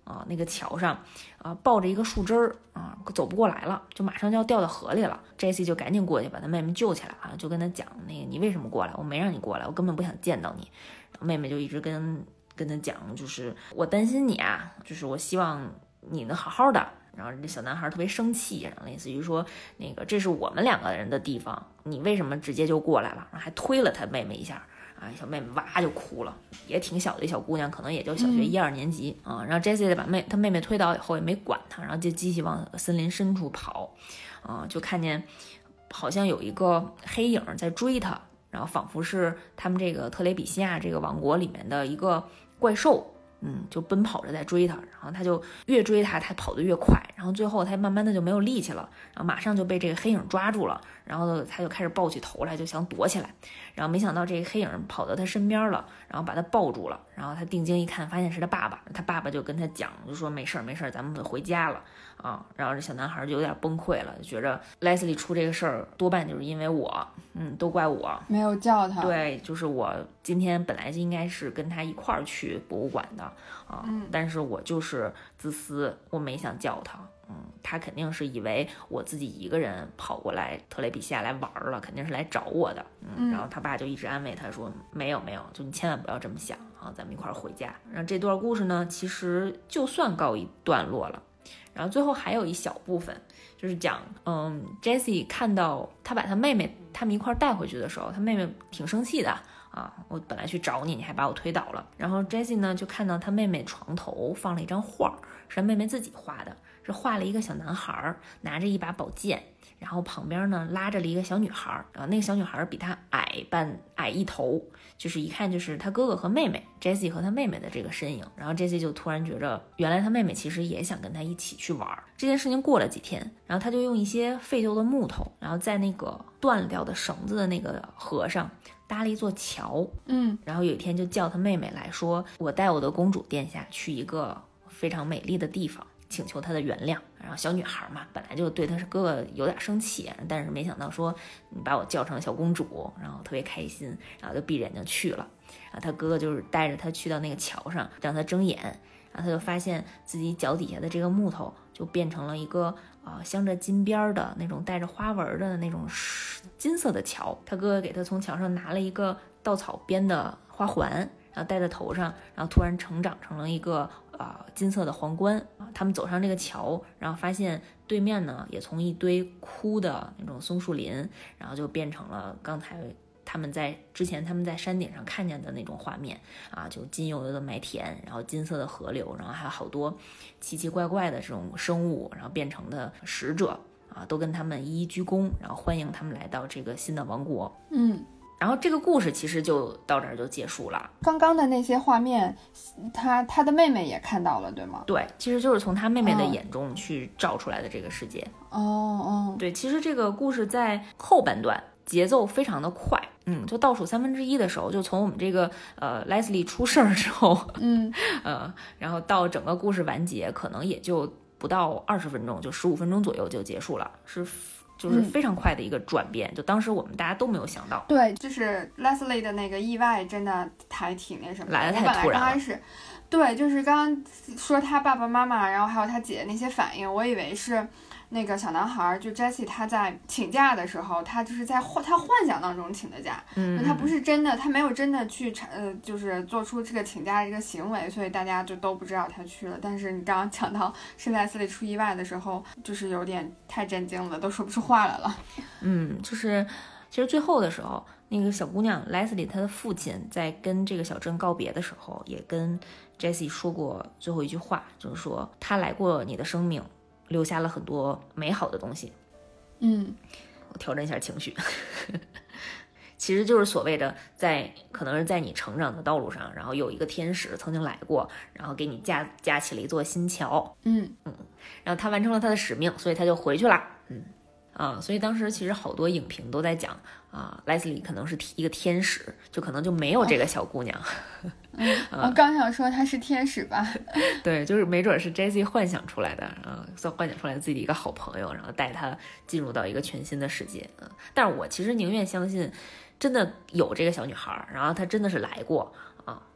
啊，那个桥上啊抱着一个树枝儿啊，走不过来了，就马上就要掉到河里了。Jessie 就赶紧过去把他妹妹救起来啊，就跟他讲，那个你为什么过来？我没让你过来，我根本不想见到你。然后妹妹就一直跟跟他讲，就是我担心你啊，就是我希望你能好好的。然后这小男孩特别生气，然后类似于说那个这是我们两个人的地方，你为什么直接就过来了？然后还推了他妹妹一下。啊，小妹妹哇就哭了，也挺小的一小姑娘，可能也就小学一二年级、嗯、啊。然后 Jessie 把妹她妹妹推倒以后也没管她，然后就继续往森林深处跑，啊，就看见好像有一个黑影在追她，然后仿佛是他们这个特雷比西亚这个王国里面的一个怪兽。嗯，就奔跑着在追他，然后他就越追他，他跑得越快，然后最后他慢慢的就没有力气了，然后马上就被这个黑影抓住了，然后他就开始抱起头来，就想躲起来，然后没想到这个黑影跑到他身边了，然后把他抱住了，然后他定睛一看，发现是他爸爸，他爸爸就跟他讲，就说没事没事，咱们回家了啊。然后这小男孩就有点崩溃了，就觉着 Leslie 出这个事儿多半就是因为我，嗯，都怪我没有叫他， 对，就是我今天本来就应该是跟他一块儿去博物馆的啊、嗯，但是我就是自私，我没想叫他，嗯，他肯定是以为我自己一个人跑过来特雷比西亚来玩了，肯定是来找我的，嗯，嗯然后他爸就一直安慰他说，没有没有，就你千万不要这么想啊，咱们一块儿回家。然后这段故事呢，其实就算告一段落了，然后最后还有一小部分。就是讲，嗯 ，Jessie 看到他把他妹妹他们一块带回去的时候，他妹妹挺生气的啊。我本来去找你，你还把我推倒了。然后 Jessie 呢就看到他妹妹床头放了一张画，是他妹妹自己画的，是画了一个小男孩拿着一把宝剑，然后旁边呢拉着了一个小女孩，然后那个小女孩比他矮半矮一头，就是一看就是他哥哥和妹妹 Jessie 和他妹妹的这个身影。然后 Jessie 就突然觉着，原来他妹妹其实也想跟他一起去玩。这件事情过了几天，然后他就用一些废旧的木头，然后在那个断掉的绳子的那个河上搭了一座桥， 嗯， 然后有一天就叫他妹妹来说，我带我的公主殿下去一个非常美丽的地方，请求他的原谅。然后小女孩嘛，本来就对他是哥哥有点生气，但是没想到说你把我叫成小公主，然后特别开心，然后就闭着眼睛去了。然后他哥哥就是带着他去到那个桥上，让他睁眼，然后他就发现自己脚底下的这个木头就变成了一个啊、呃、镶着金边的那种带着花纹的那种金色的桥。他哥哥给他从桥上拿了一个稻草编的花环，然后戴在头上，然后突然成长成了一个啊、呃、金色的皇冠啊。他们走上这个桥，然后发现对面呢也从一堆枯的那种松树林，然后就变成了刚才他们在之前他们在山顶上看见的那种画面啊，就金油油的麦田，然后金色的河流，然后还有好多奇奇怪怪的这种生物，然后变成的使者啊，都跟他们一一鞠躬，然后欢迎他们来到这个新的王国。 嗯。 然后这个故事其实就到这儿就结束了。 刚刚的那些画面，他他的妹妹也看到了，对吗？ 对，其实就是从他妹妹的眼中去照出来的这个世界。 哦哦， 对，其实这个故事在后半段节奏非常的快，嗯，就倒数三分之一的时候，就从我们这个呃 Leslie 出事儿之后， 嗯呃，然后到整个故事完结，可能也就不到二十分钟，就十五分钟左右就结束了，是。就是非常快的一个转变、嗯、就当时我们大家都没有想到。 对，就是 Leslie 的那个意外真的还挺那什么的， 来的太突然了。 我本来刚开始对，就是刚刚说他爸爸妈妈然后还有他姐那些反应，我以为是那个小男孩就 Jessie 他在请假的时候，他就是在幻他幻想当中请的假， 嗯， 他不是真的，他没有真的去呃就是做出这个请假的这个行为，所以大家就都不知道他去了。但是你刚刚讲到是Leslie出意外的时候，就是有点太震惊了，都说不出话来了。 嗯，就是其实最后的时候，那个小姑娘 Leslie 她的父亲在跟这个小镇告别的时候，也跟 Jessie 说过最后一句话，就是说他来过你的生命，留下了很多美好的东西。 嗯， 我调整一下情绪。其实就是所谓的在可能是在你成长的道路上，然后有一个天使曾经来过，然后给你架架起了一座新桥。 嗯嗯，然后他完成了他的使命，所以他就回去了。嗯啊，所以当时其实好多影评都在讲啊 ，Leslie 可能是一个天使，就可能就没有这个小姑娘。 哦嗯，我刚想说她是天使吧？ 对，就是没准是 Jessie 幻想出来的，啊，算幻想出来自己一个好朋友，然后带她进入到一个全新的世界。嗯，但是我其实宁愿相信，真的有这个小女孩，然后她真的是来过啊，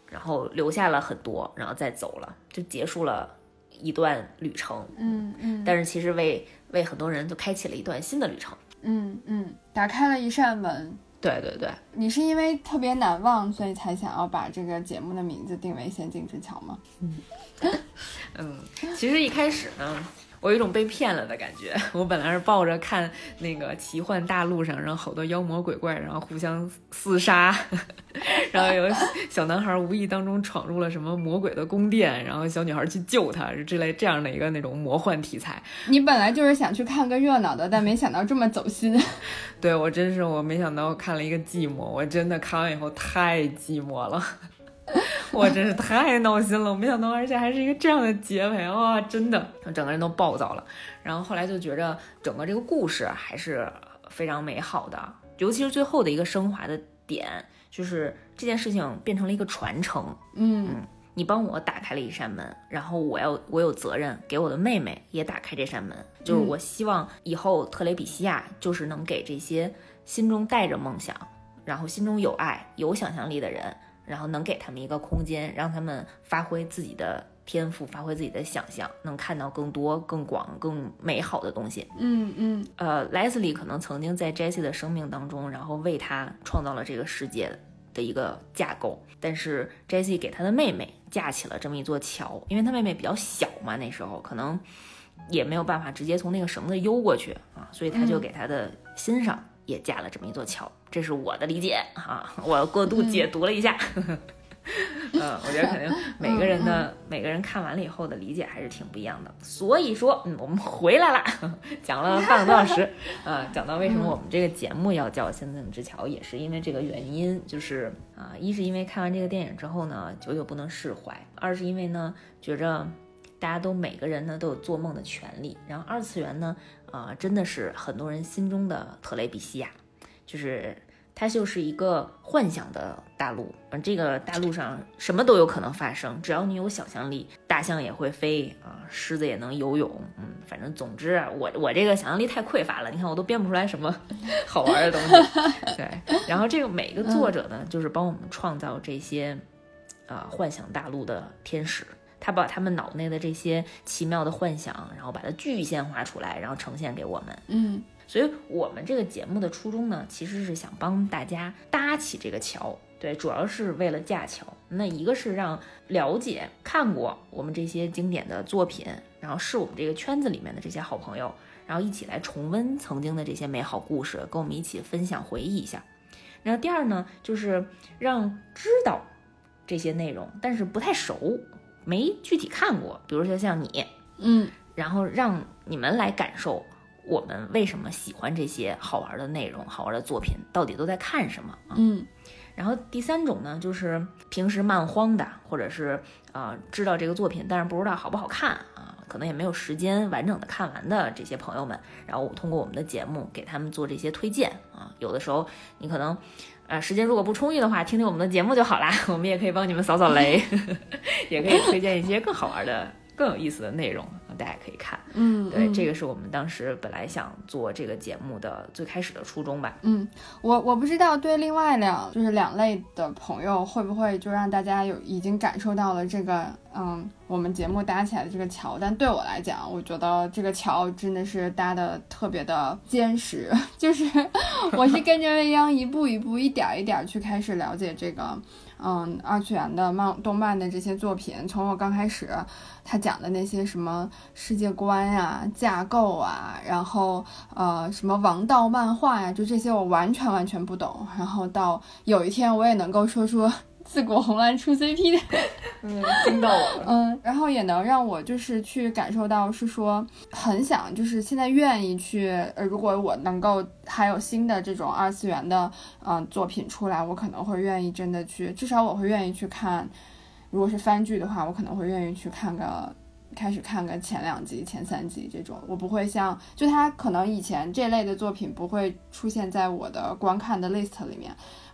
然后留下了很多，然后再走了，就结束了一段旅程。 嗯嗯， 但是其实为为很多人就开启了一段新的旅程。 嗯嗯，打开了一扇门。 对对对， 你是因为特别难忘，所以才想要把这个节目的名字定为《仙境之桥》吗？ 嗯嗯，其实一开始呢，我有一种被骗了的感觉。我本来是抱着看那个奇幻大陆上，然后好多妖魔鬼怪，然后互相厮杀，然后有小男孩无意当中闯入了什么魔鬼的宫殿，然后小女孩去救他之类这样的一个那种魔幻题材。 你本来就是想去看个热闹的，但没想到这么走心。 对，我真是我没想到看了一个寂寞，我真的看完以后太寂寞了。我真是太闹心了，我没想到，而且还是一个这样的结尾，哇，真的整个人都暴躁了。然后后来就觉着整个这个故事还是非常美好的，尤其是最后的一个升华的点，就是这件事情变成了一个传承。 嗯嗯，你帮我打开了一扇门，然后我要我有责任给我的妹妹也打开这扇门，就是我希望以后特雷比西亚就是能给这些心中带着梦想，然后心中有爱有想象力的人，然后能给他们一个空间，让他们发挥自己的天赋，发挥自己的想象，能看到更多更广更美好的东西。 嗯嗯， 呃莱斯利可能曾经在 Jessie 的生命当中，然后为他创造了这个世界的一个架构，但是 Jessie 给他的妹妹架起了这么一座桥，因为他妹妹比较小嘛，那时候可能也没有办法直接从那个绳子悠过去啊，所以他就给他的心上也架了这么一座桥，这是我的理解哈，我过度解读了一下。嗯嗯，我觉得肯定每个人的、嗯嗯、每个人看完了以后的理解还是挺不一样的。所以说，嗯，我们回来了，讲了半个多小时，啊、呃，讲到为什么我们这个节目要叫《仙境之桥》，也是因为这个原因，就是啊、呃，一是因为看完这个电影之后呢，久久不能释怀；二是因为呢，觉着大家都每个人呢都有做梦的权利，然后二次元呢，啊、呃，真的是很多人心中的特雷比西亚，就是。它就是一个幻想的大陆，这个大陆上什么都有可能发生，只要你有想象力，大象也会飞啊，狮子也能游泳，嗯，反正总之我我这个想象力太匮乏了，你看我都编不出来什么好玩的东西。对，然后这个每个作者呢，就是帮我们创造这些啊、呃、幻想大陆的天使。他把他们脑内的这些奇妙的幻想，然后把它具现化出来，然后呈现给我们。 嗯， 所以我们这个节目的初衷呢，其实是想帮大家搭起这个桥。对，主要是为了架桥。那一个是让了解看过我们这些经典的作品，然后是我们这个圈子里面的这些好朋友，然后一起来重温曾经的这些美好故事，跟我们一起分享回忆一下。然后第二呢，就是让知道这些内容，但是不太熟。没具体看过，比如说像你， 嗯， 然后让你们来感受我们为什么喜欢这些好玩的内容、好玩的作品，到底都在看什么啊？ 嗯， 然后第三种呢，就是平时漫荒的，或者是啊、呃、知道这个作品，但是不知道好不好看啊，可能也没有时间完整的看完的这些朋友们，然后我通过我们的节目给他们做这些推荐啊，有的时候你可能。呃，时间如果不充裕的话，听听我们的节目就好啦。我们也可以帮你们扫扫雷，也可以推荐一些更好玩的、更有意思的内容，大家可以看。 嗯， 对， 嗯这个是我们当时本来想做这个节目的最开始的初衷吧。 嗯，我我不知道对另外两就是两类的朋友会不会就让大家有已经感受到了这个嗯我们节目搭起来的这个桥，但对我来讲，我觉得这个桥真的是搭的特别的坚实，就是我是跟着未央一步一步一点一点去开始了解这个嗯二次元的漫动漫的这些作品，从我刚开始他讲的那些什么世界观呀、架构啊，然后呃什么王道漫画呀，就这些我完全完全不懂，然后到有一天我也能够说出自古红蓝出 C P 的， 嗯，惊到我了。 嗯，然后也能让我就是去感受到，是说很想就是现在愿意去，呃，如果我能够还有新的这种二次元的嗯、呃、作品出来，我可能会愿意真的去，至少我会愿意去看。如果是番剧的话，我可能会愿意去看个。开始看个前两集前三集这种，我不会像就他可能以前这类的作品不会出现在我的观看的 list 里面，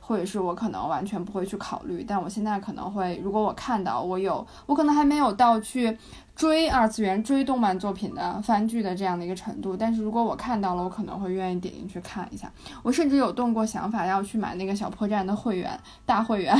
或者是我可能完全不会去考虑，但我现在可能会，如果我看到我有，我可能还没有到去追二次元追动漫作品的番剧的这样的一个程度，但是如果我看到了，我可能会愿意点进去看一下。我甚至有动过想法要去买那个小破站的会员大会员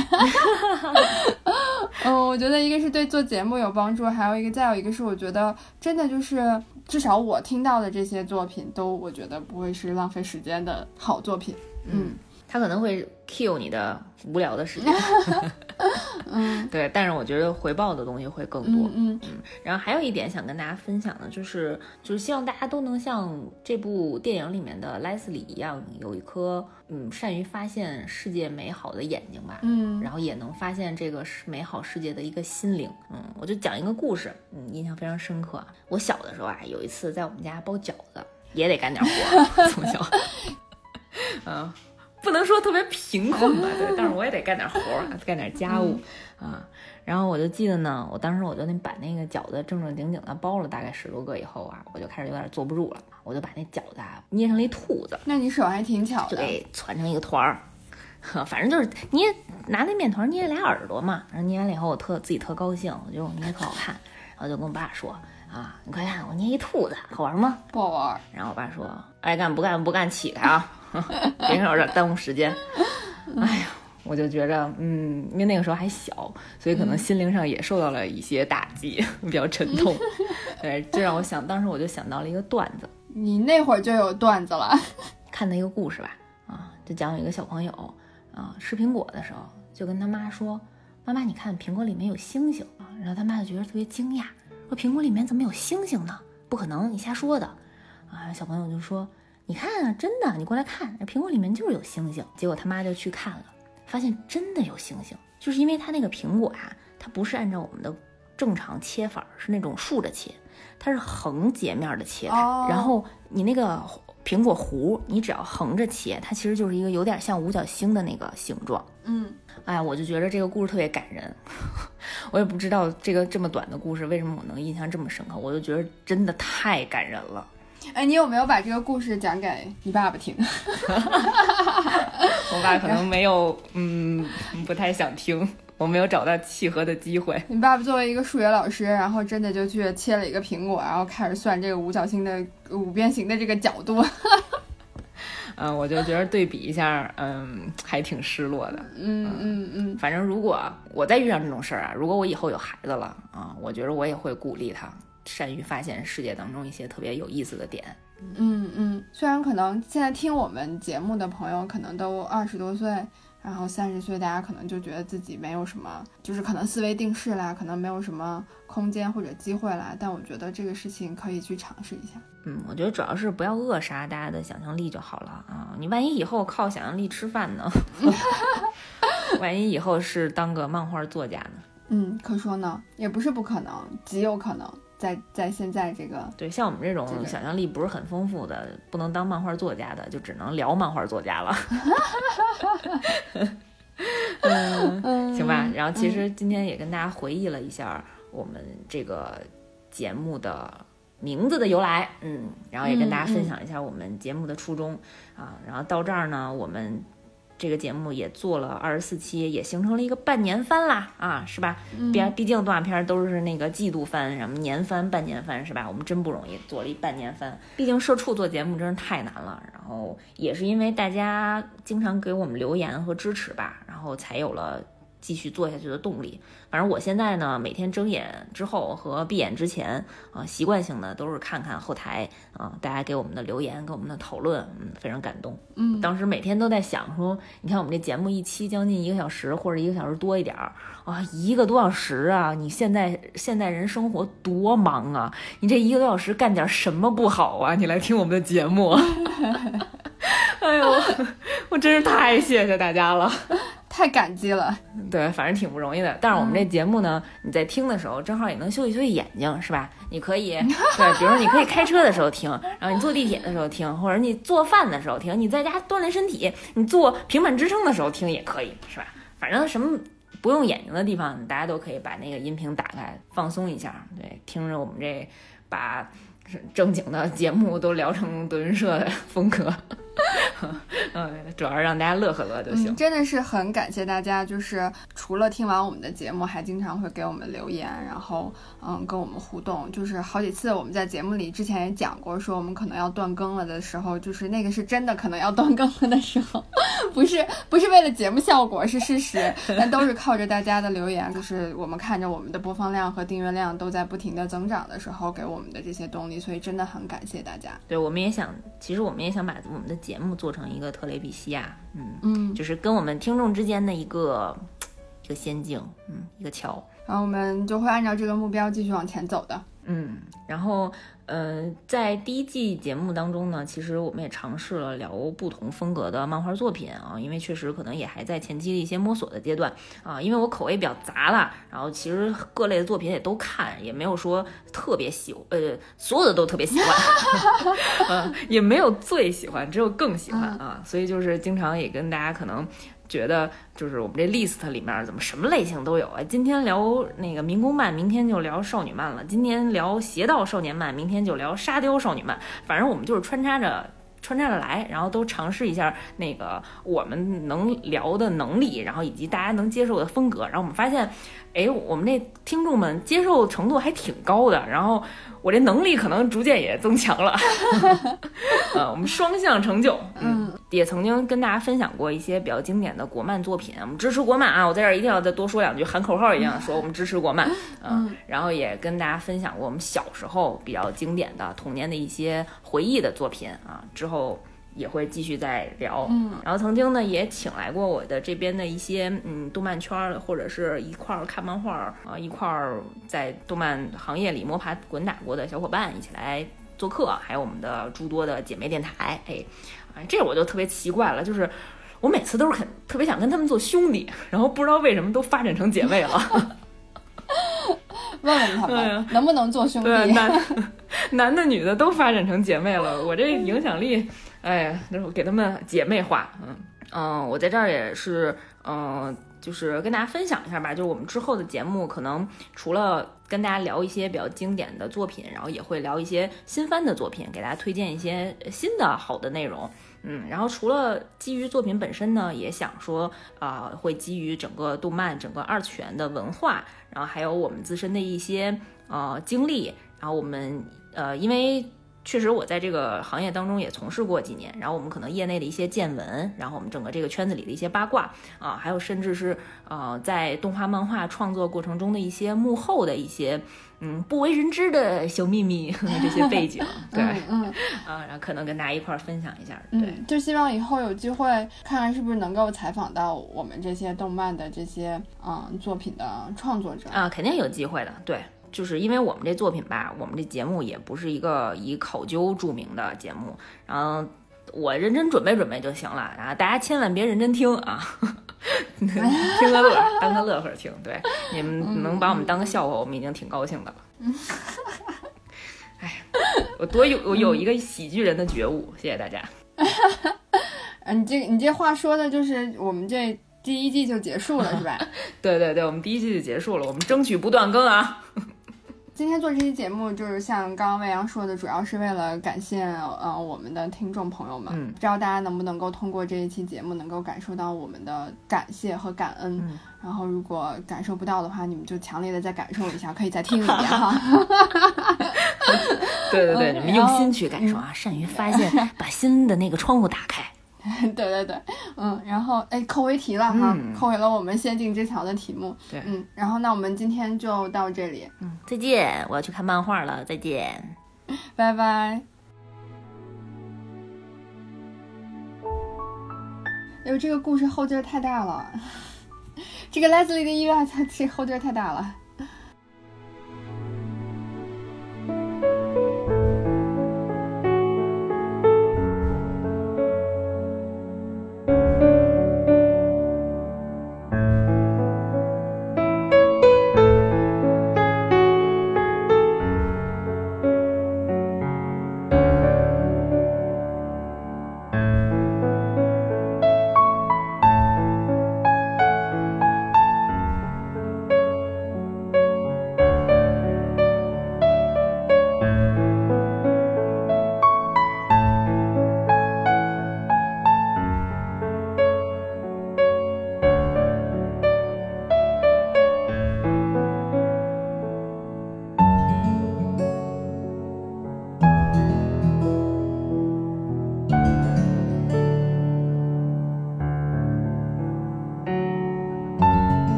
嗯，我觉得一个是对做节目有帮助，还有一个再有一个是我觉得真的就是至少我听到的这些作品都我觉得不会是浪费时间的好作品。嗯， 它可能会 kill 你的无聊的时间嗯， 对，但是我觉得回报的东西会更多。 嗯 嗯, 嗯，然后还有一点想跟大家分享的就是就是希望大家都能像这部电影里面的莱斯里一样，有一颗嗯善于发现世界美好的眼睛吧。 嗯， 然后也能发现这个美好世界的一个心灵。嗯，我就讲一个故事，嗯，印象非常深刻。我小的时候啊，有一次在我们家包饺子，也得干点活从小嗯，不能说特别贫困吧，对，但是我也得干点活，干点家务、嗯、啊。然后我就记得呢，我当时我就那把那个饺子正正经经的包了大概十多个以后啊，我就开始有点坐不住了，我就把那饺子啊捏成了一兔子。 那你手还挺巧的， 就给攒成一个团儿。反正就是捏拿那面团捏俩耳朵嘛，然后捏完了以后我特自己特高兴，我觉得我捏特好看，然后就跟我爸说啊，你快看我捏一兔子，好玩吗？ 不好玩。 然后我爸说爱干不干不干，起开啊，别有点耽误时间。哎呀，我就觉着嗯，因为那个时候还小，所以可能心灵上也受到了一些打击，比较沉痛。对，这让我想，当时我就想到了一个段子。 你那会儿就有段子了？ 看的一个故事吧，啊，就讲有一个小朋友啊，吃苹果的时候就跟他妈说，妈妈你看苹果里面有星星啊，然后他妈就觉得特别惊讶，说苹果里面怎么有星星呢？不可能，你瞎说的啊。小朋友就说你看啊，真的，你过来看，苹果里面就是有星星。结果他妈就去看了，发现真的有星星，就是因为它那个苹果啊，它不是按照我们的正常切法，是那种竖着切，它是横截面的切它、哦、然后你那个苹果核你只要横着切，它其实就是一个有点像五角星的那个形状。 嗯， 哎，我就觉得这个故事特别感人。我也不知道这个这么短的故事为什么我能印象这么深刻，我就觉得真的太感人了。 哎，你有没有把这个故事讲给你爸爸听？ 我爸可能没有，嗯，不太想听，我没有找到契合的机会。 你爸爸作为一个数学老师，然后真的就去切了一个苹果，然后开始算这个五角星的五边形的这个角度。 嗯，我就觉得对比一下，嗯，还挺失落的。 嗯嗯嗯， 反正如果我再遇上这种事儿啊，如果我以后有孩子了啊，我觉得我也会鼓励他善于发现世界当中一些特别有意思的点。 嗯嗯，虽然可能现在听我们节目的朋友可能都二十多岁，然后三十岁，大家可能就觉得自己没有什么，就是可能思维定式啦，可能没有什么空间或者机会啦，但我觉得这个事情可以去尝试一下。 嗯，我觉得主要是不要扼杀大家的想象力就好了啊！你万一以后靠想象力吃饭呢？万一以后是当个漫画作家呢？ 嗯，可说呢，也不是不可能，极有可能。在在现在这个对，像我们这种想象力不是很丰富的，不能当漫画作家的，就只能聊漫画作家了。嗯，行吧。然后其实今天也跟大家回忆了一下我们这个节目的名字的由来，嗯，然后也跟大家分享一下我们节目的初衷、嗯、啊。然后到这儿呢，我们这个节目也做了二十四期，也形成了一个半年番啦，啊，是吧？毕、嗯、毕竟动画片都是那个季度番，什么年番、半年番，是吧？我们真不容易做了一半年番。毕竟社畜做节目真是太难了，然后也是因为大家经常给我们留言和支持吧，然后才有了继续做下去的动力。反正我现在呢，每天睁眼之后和闭眼之前啊、呃，习惯性的都是看看后台啊、呃，大家给我们的留言，给我们的讨论，嗯，非常感动。嗯，当时每天都在想说，你看我们这节目一期将近一个小时或者一个小时多一点儿啊，一个多小时啊，你现在现代人生活多忙啊，你这一个多小时干点什么不好啊？你来听我们的节目。哎呦，我真是太谢谢大家了。 太感激了， 对，反正挺不容易的。但是我们这节目呢，嗯、你在听的时候，正好也能休息休息眼睛，是吧？你可以，对，比如说你可以开车的时候听，然后你坐地铁的时候听，或者你做饭的时候听，你在家锻炼身体，你做平板支撑的时候听也可以，是吧？反正什么不用眼睛的地方，大家都可以把那个音频打开，放松一下，对，听着我们这把正经的节目都聊成德云社的风格。 嗯，主要是让大家乐呵乐就行、 嗯。真的是很感谢大家，就是除了听完我们的节目，还经常会给我们留言，然后嗯跟我们互动。就是好几次我们在节目里之前也讲过，说我们可能要断更了的时候，就是那个是真的可能要断更了的时候，不是不是为了节目效果，是事实，但都是靠着大家的留言，就是我们看着我们的播放量和订阅量都在不停的增长的时候，给我们的这些动力，所以真的很感谢大家。 对，我们也想，其实我们也想把我们的节目做成一个特雷比西亚，嗯嗯， 就是跟我们听众之间的一个一个仙境，嗯，一个桥， 然后我们就会按照这个目标继续往前走的。 嗯，然后呃，在第一季节目当中呢，其实我们也尝试了聊不同风格的漫画作品啊，因为确实可能也还在前期的一些摸索的阶段啊，因为我口味比较杂了，然后其实各类的作品也都看，也没有说特别喜欢，呃，所有的都特别喜欢，呃，也没有最喜欢，只有更喜欢啊，所以就是经常也跟大家可能觉得就是我们这 list 里面怎么什么类型都有啊？今天聊那个民工漫，明天就聊少女漫了；今天聊邪道少年漫，明天就聊沙雕少女漫。反正我们就是穿插着穿插着来，然后都尝试一下那个我们能聊的能力，然后以及大家能接受的风格。然后我们发现，哎，我们这听众们接受程度还挺高的，然后我这能力可能逐渐也增强了。呃，我们双向成就，嗯，也曾经跟大家分享过一些比较经典的国漫作品，我们支持国漫啊！我在这儿一定要再多说两句，喊口号一样说我们支持国漫，嗯，嗯然后也跟大家分享过我们小时候比较经典的童年的一些回忆的作品啊，之后也会继续再聊， 嗯， 然后曾经呢也请来过我的这边的一些嗯动漫圈或者是一块儿看漫画啊，一块儿在动漫行业里摸爬滚打过的小伙伴一起来做客，还有我们的诸多的姐妹电台，哎，啊，这我就特别奇怪了，就是我每次都是很特别想跟他们做兄弟，然后不知道为什么都发展成姐妹了。 问问他们、啊、能不能做兄弟？ 对，男男的女的都发展成姐妹了，我这影响力，哎呀，给他们姐妹化。嗯嗯，我在这儿也是，嗯，就是跟大家分享一下吧，就是我们之后的节目可能除了跟大家聊一些比较经典的作品，然后也会聊一些新番的作品，给大家推荐一些新的好的内容。嗯，然后除了基于作品本身呢，也想说啊、呃，会基于整个动漫、整个二次元的文化，然后还有我们自身的一些呃经历，然后我们呃，因为确实我在这个行业当中也从事过几年，然后我们可能业内的一些见闻，然后我们整个这个圈子里的一些八卦啊，还有甚至是呃在动画漫画创作过程中的一些幕后的一些嗯不为人知的小秘密这些背景，对， 嗯嗯啊，然后可能跟大家一块儿分享一下， 对， 嗯， 就希望以后有机会看看是不是能够采访到我们这些动漫的这些嗯作品的创作者啊，肯定有机会的，对。就是因为我们这作品吧，我们这节目也不是一个以考究著名的节目，然后我认真准备准备就行了，然后大家千万别认真听啊，听个乐，当个乐呵听，对，你们能把我们当个笑话，我们已经挺高兴的了。哎，我多有我有一个喜剧人的觉悟，谢谢大家。 你这你这话说的就是我们这第一季就结束了是吧？ 对对对，我们第一季就结束了，我们争取不断更啊。 今天做这期节目，就是像刚刚魏阳说的，主要是为了感谢呃我们的听众朋友们， 嗯， 不知道大家能不能够通过这一期节目能够感受到我们的感谢和感恩， 嗯， 然后如果感受不到的话，你们就强烈的再感受一下，可以再听一遍哈。 对对对，你们用心去感受啊，善于发现，把心的那个窗户打开。 对对对，嗯，然后哎，扣回题了哈， 嗯、 扣回了我们仙境之桥的题目。 对， 嗯，然后那我们今天就到这里。 嗯，再见，我要去看漫画了，再见， 拜拜。哎呦，这个故事后劲儿太大了，这个 Leslie 的意外，它这后劲儿太大了。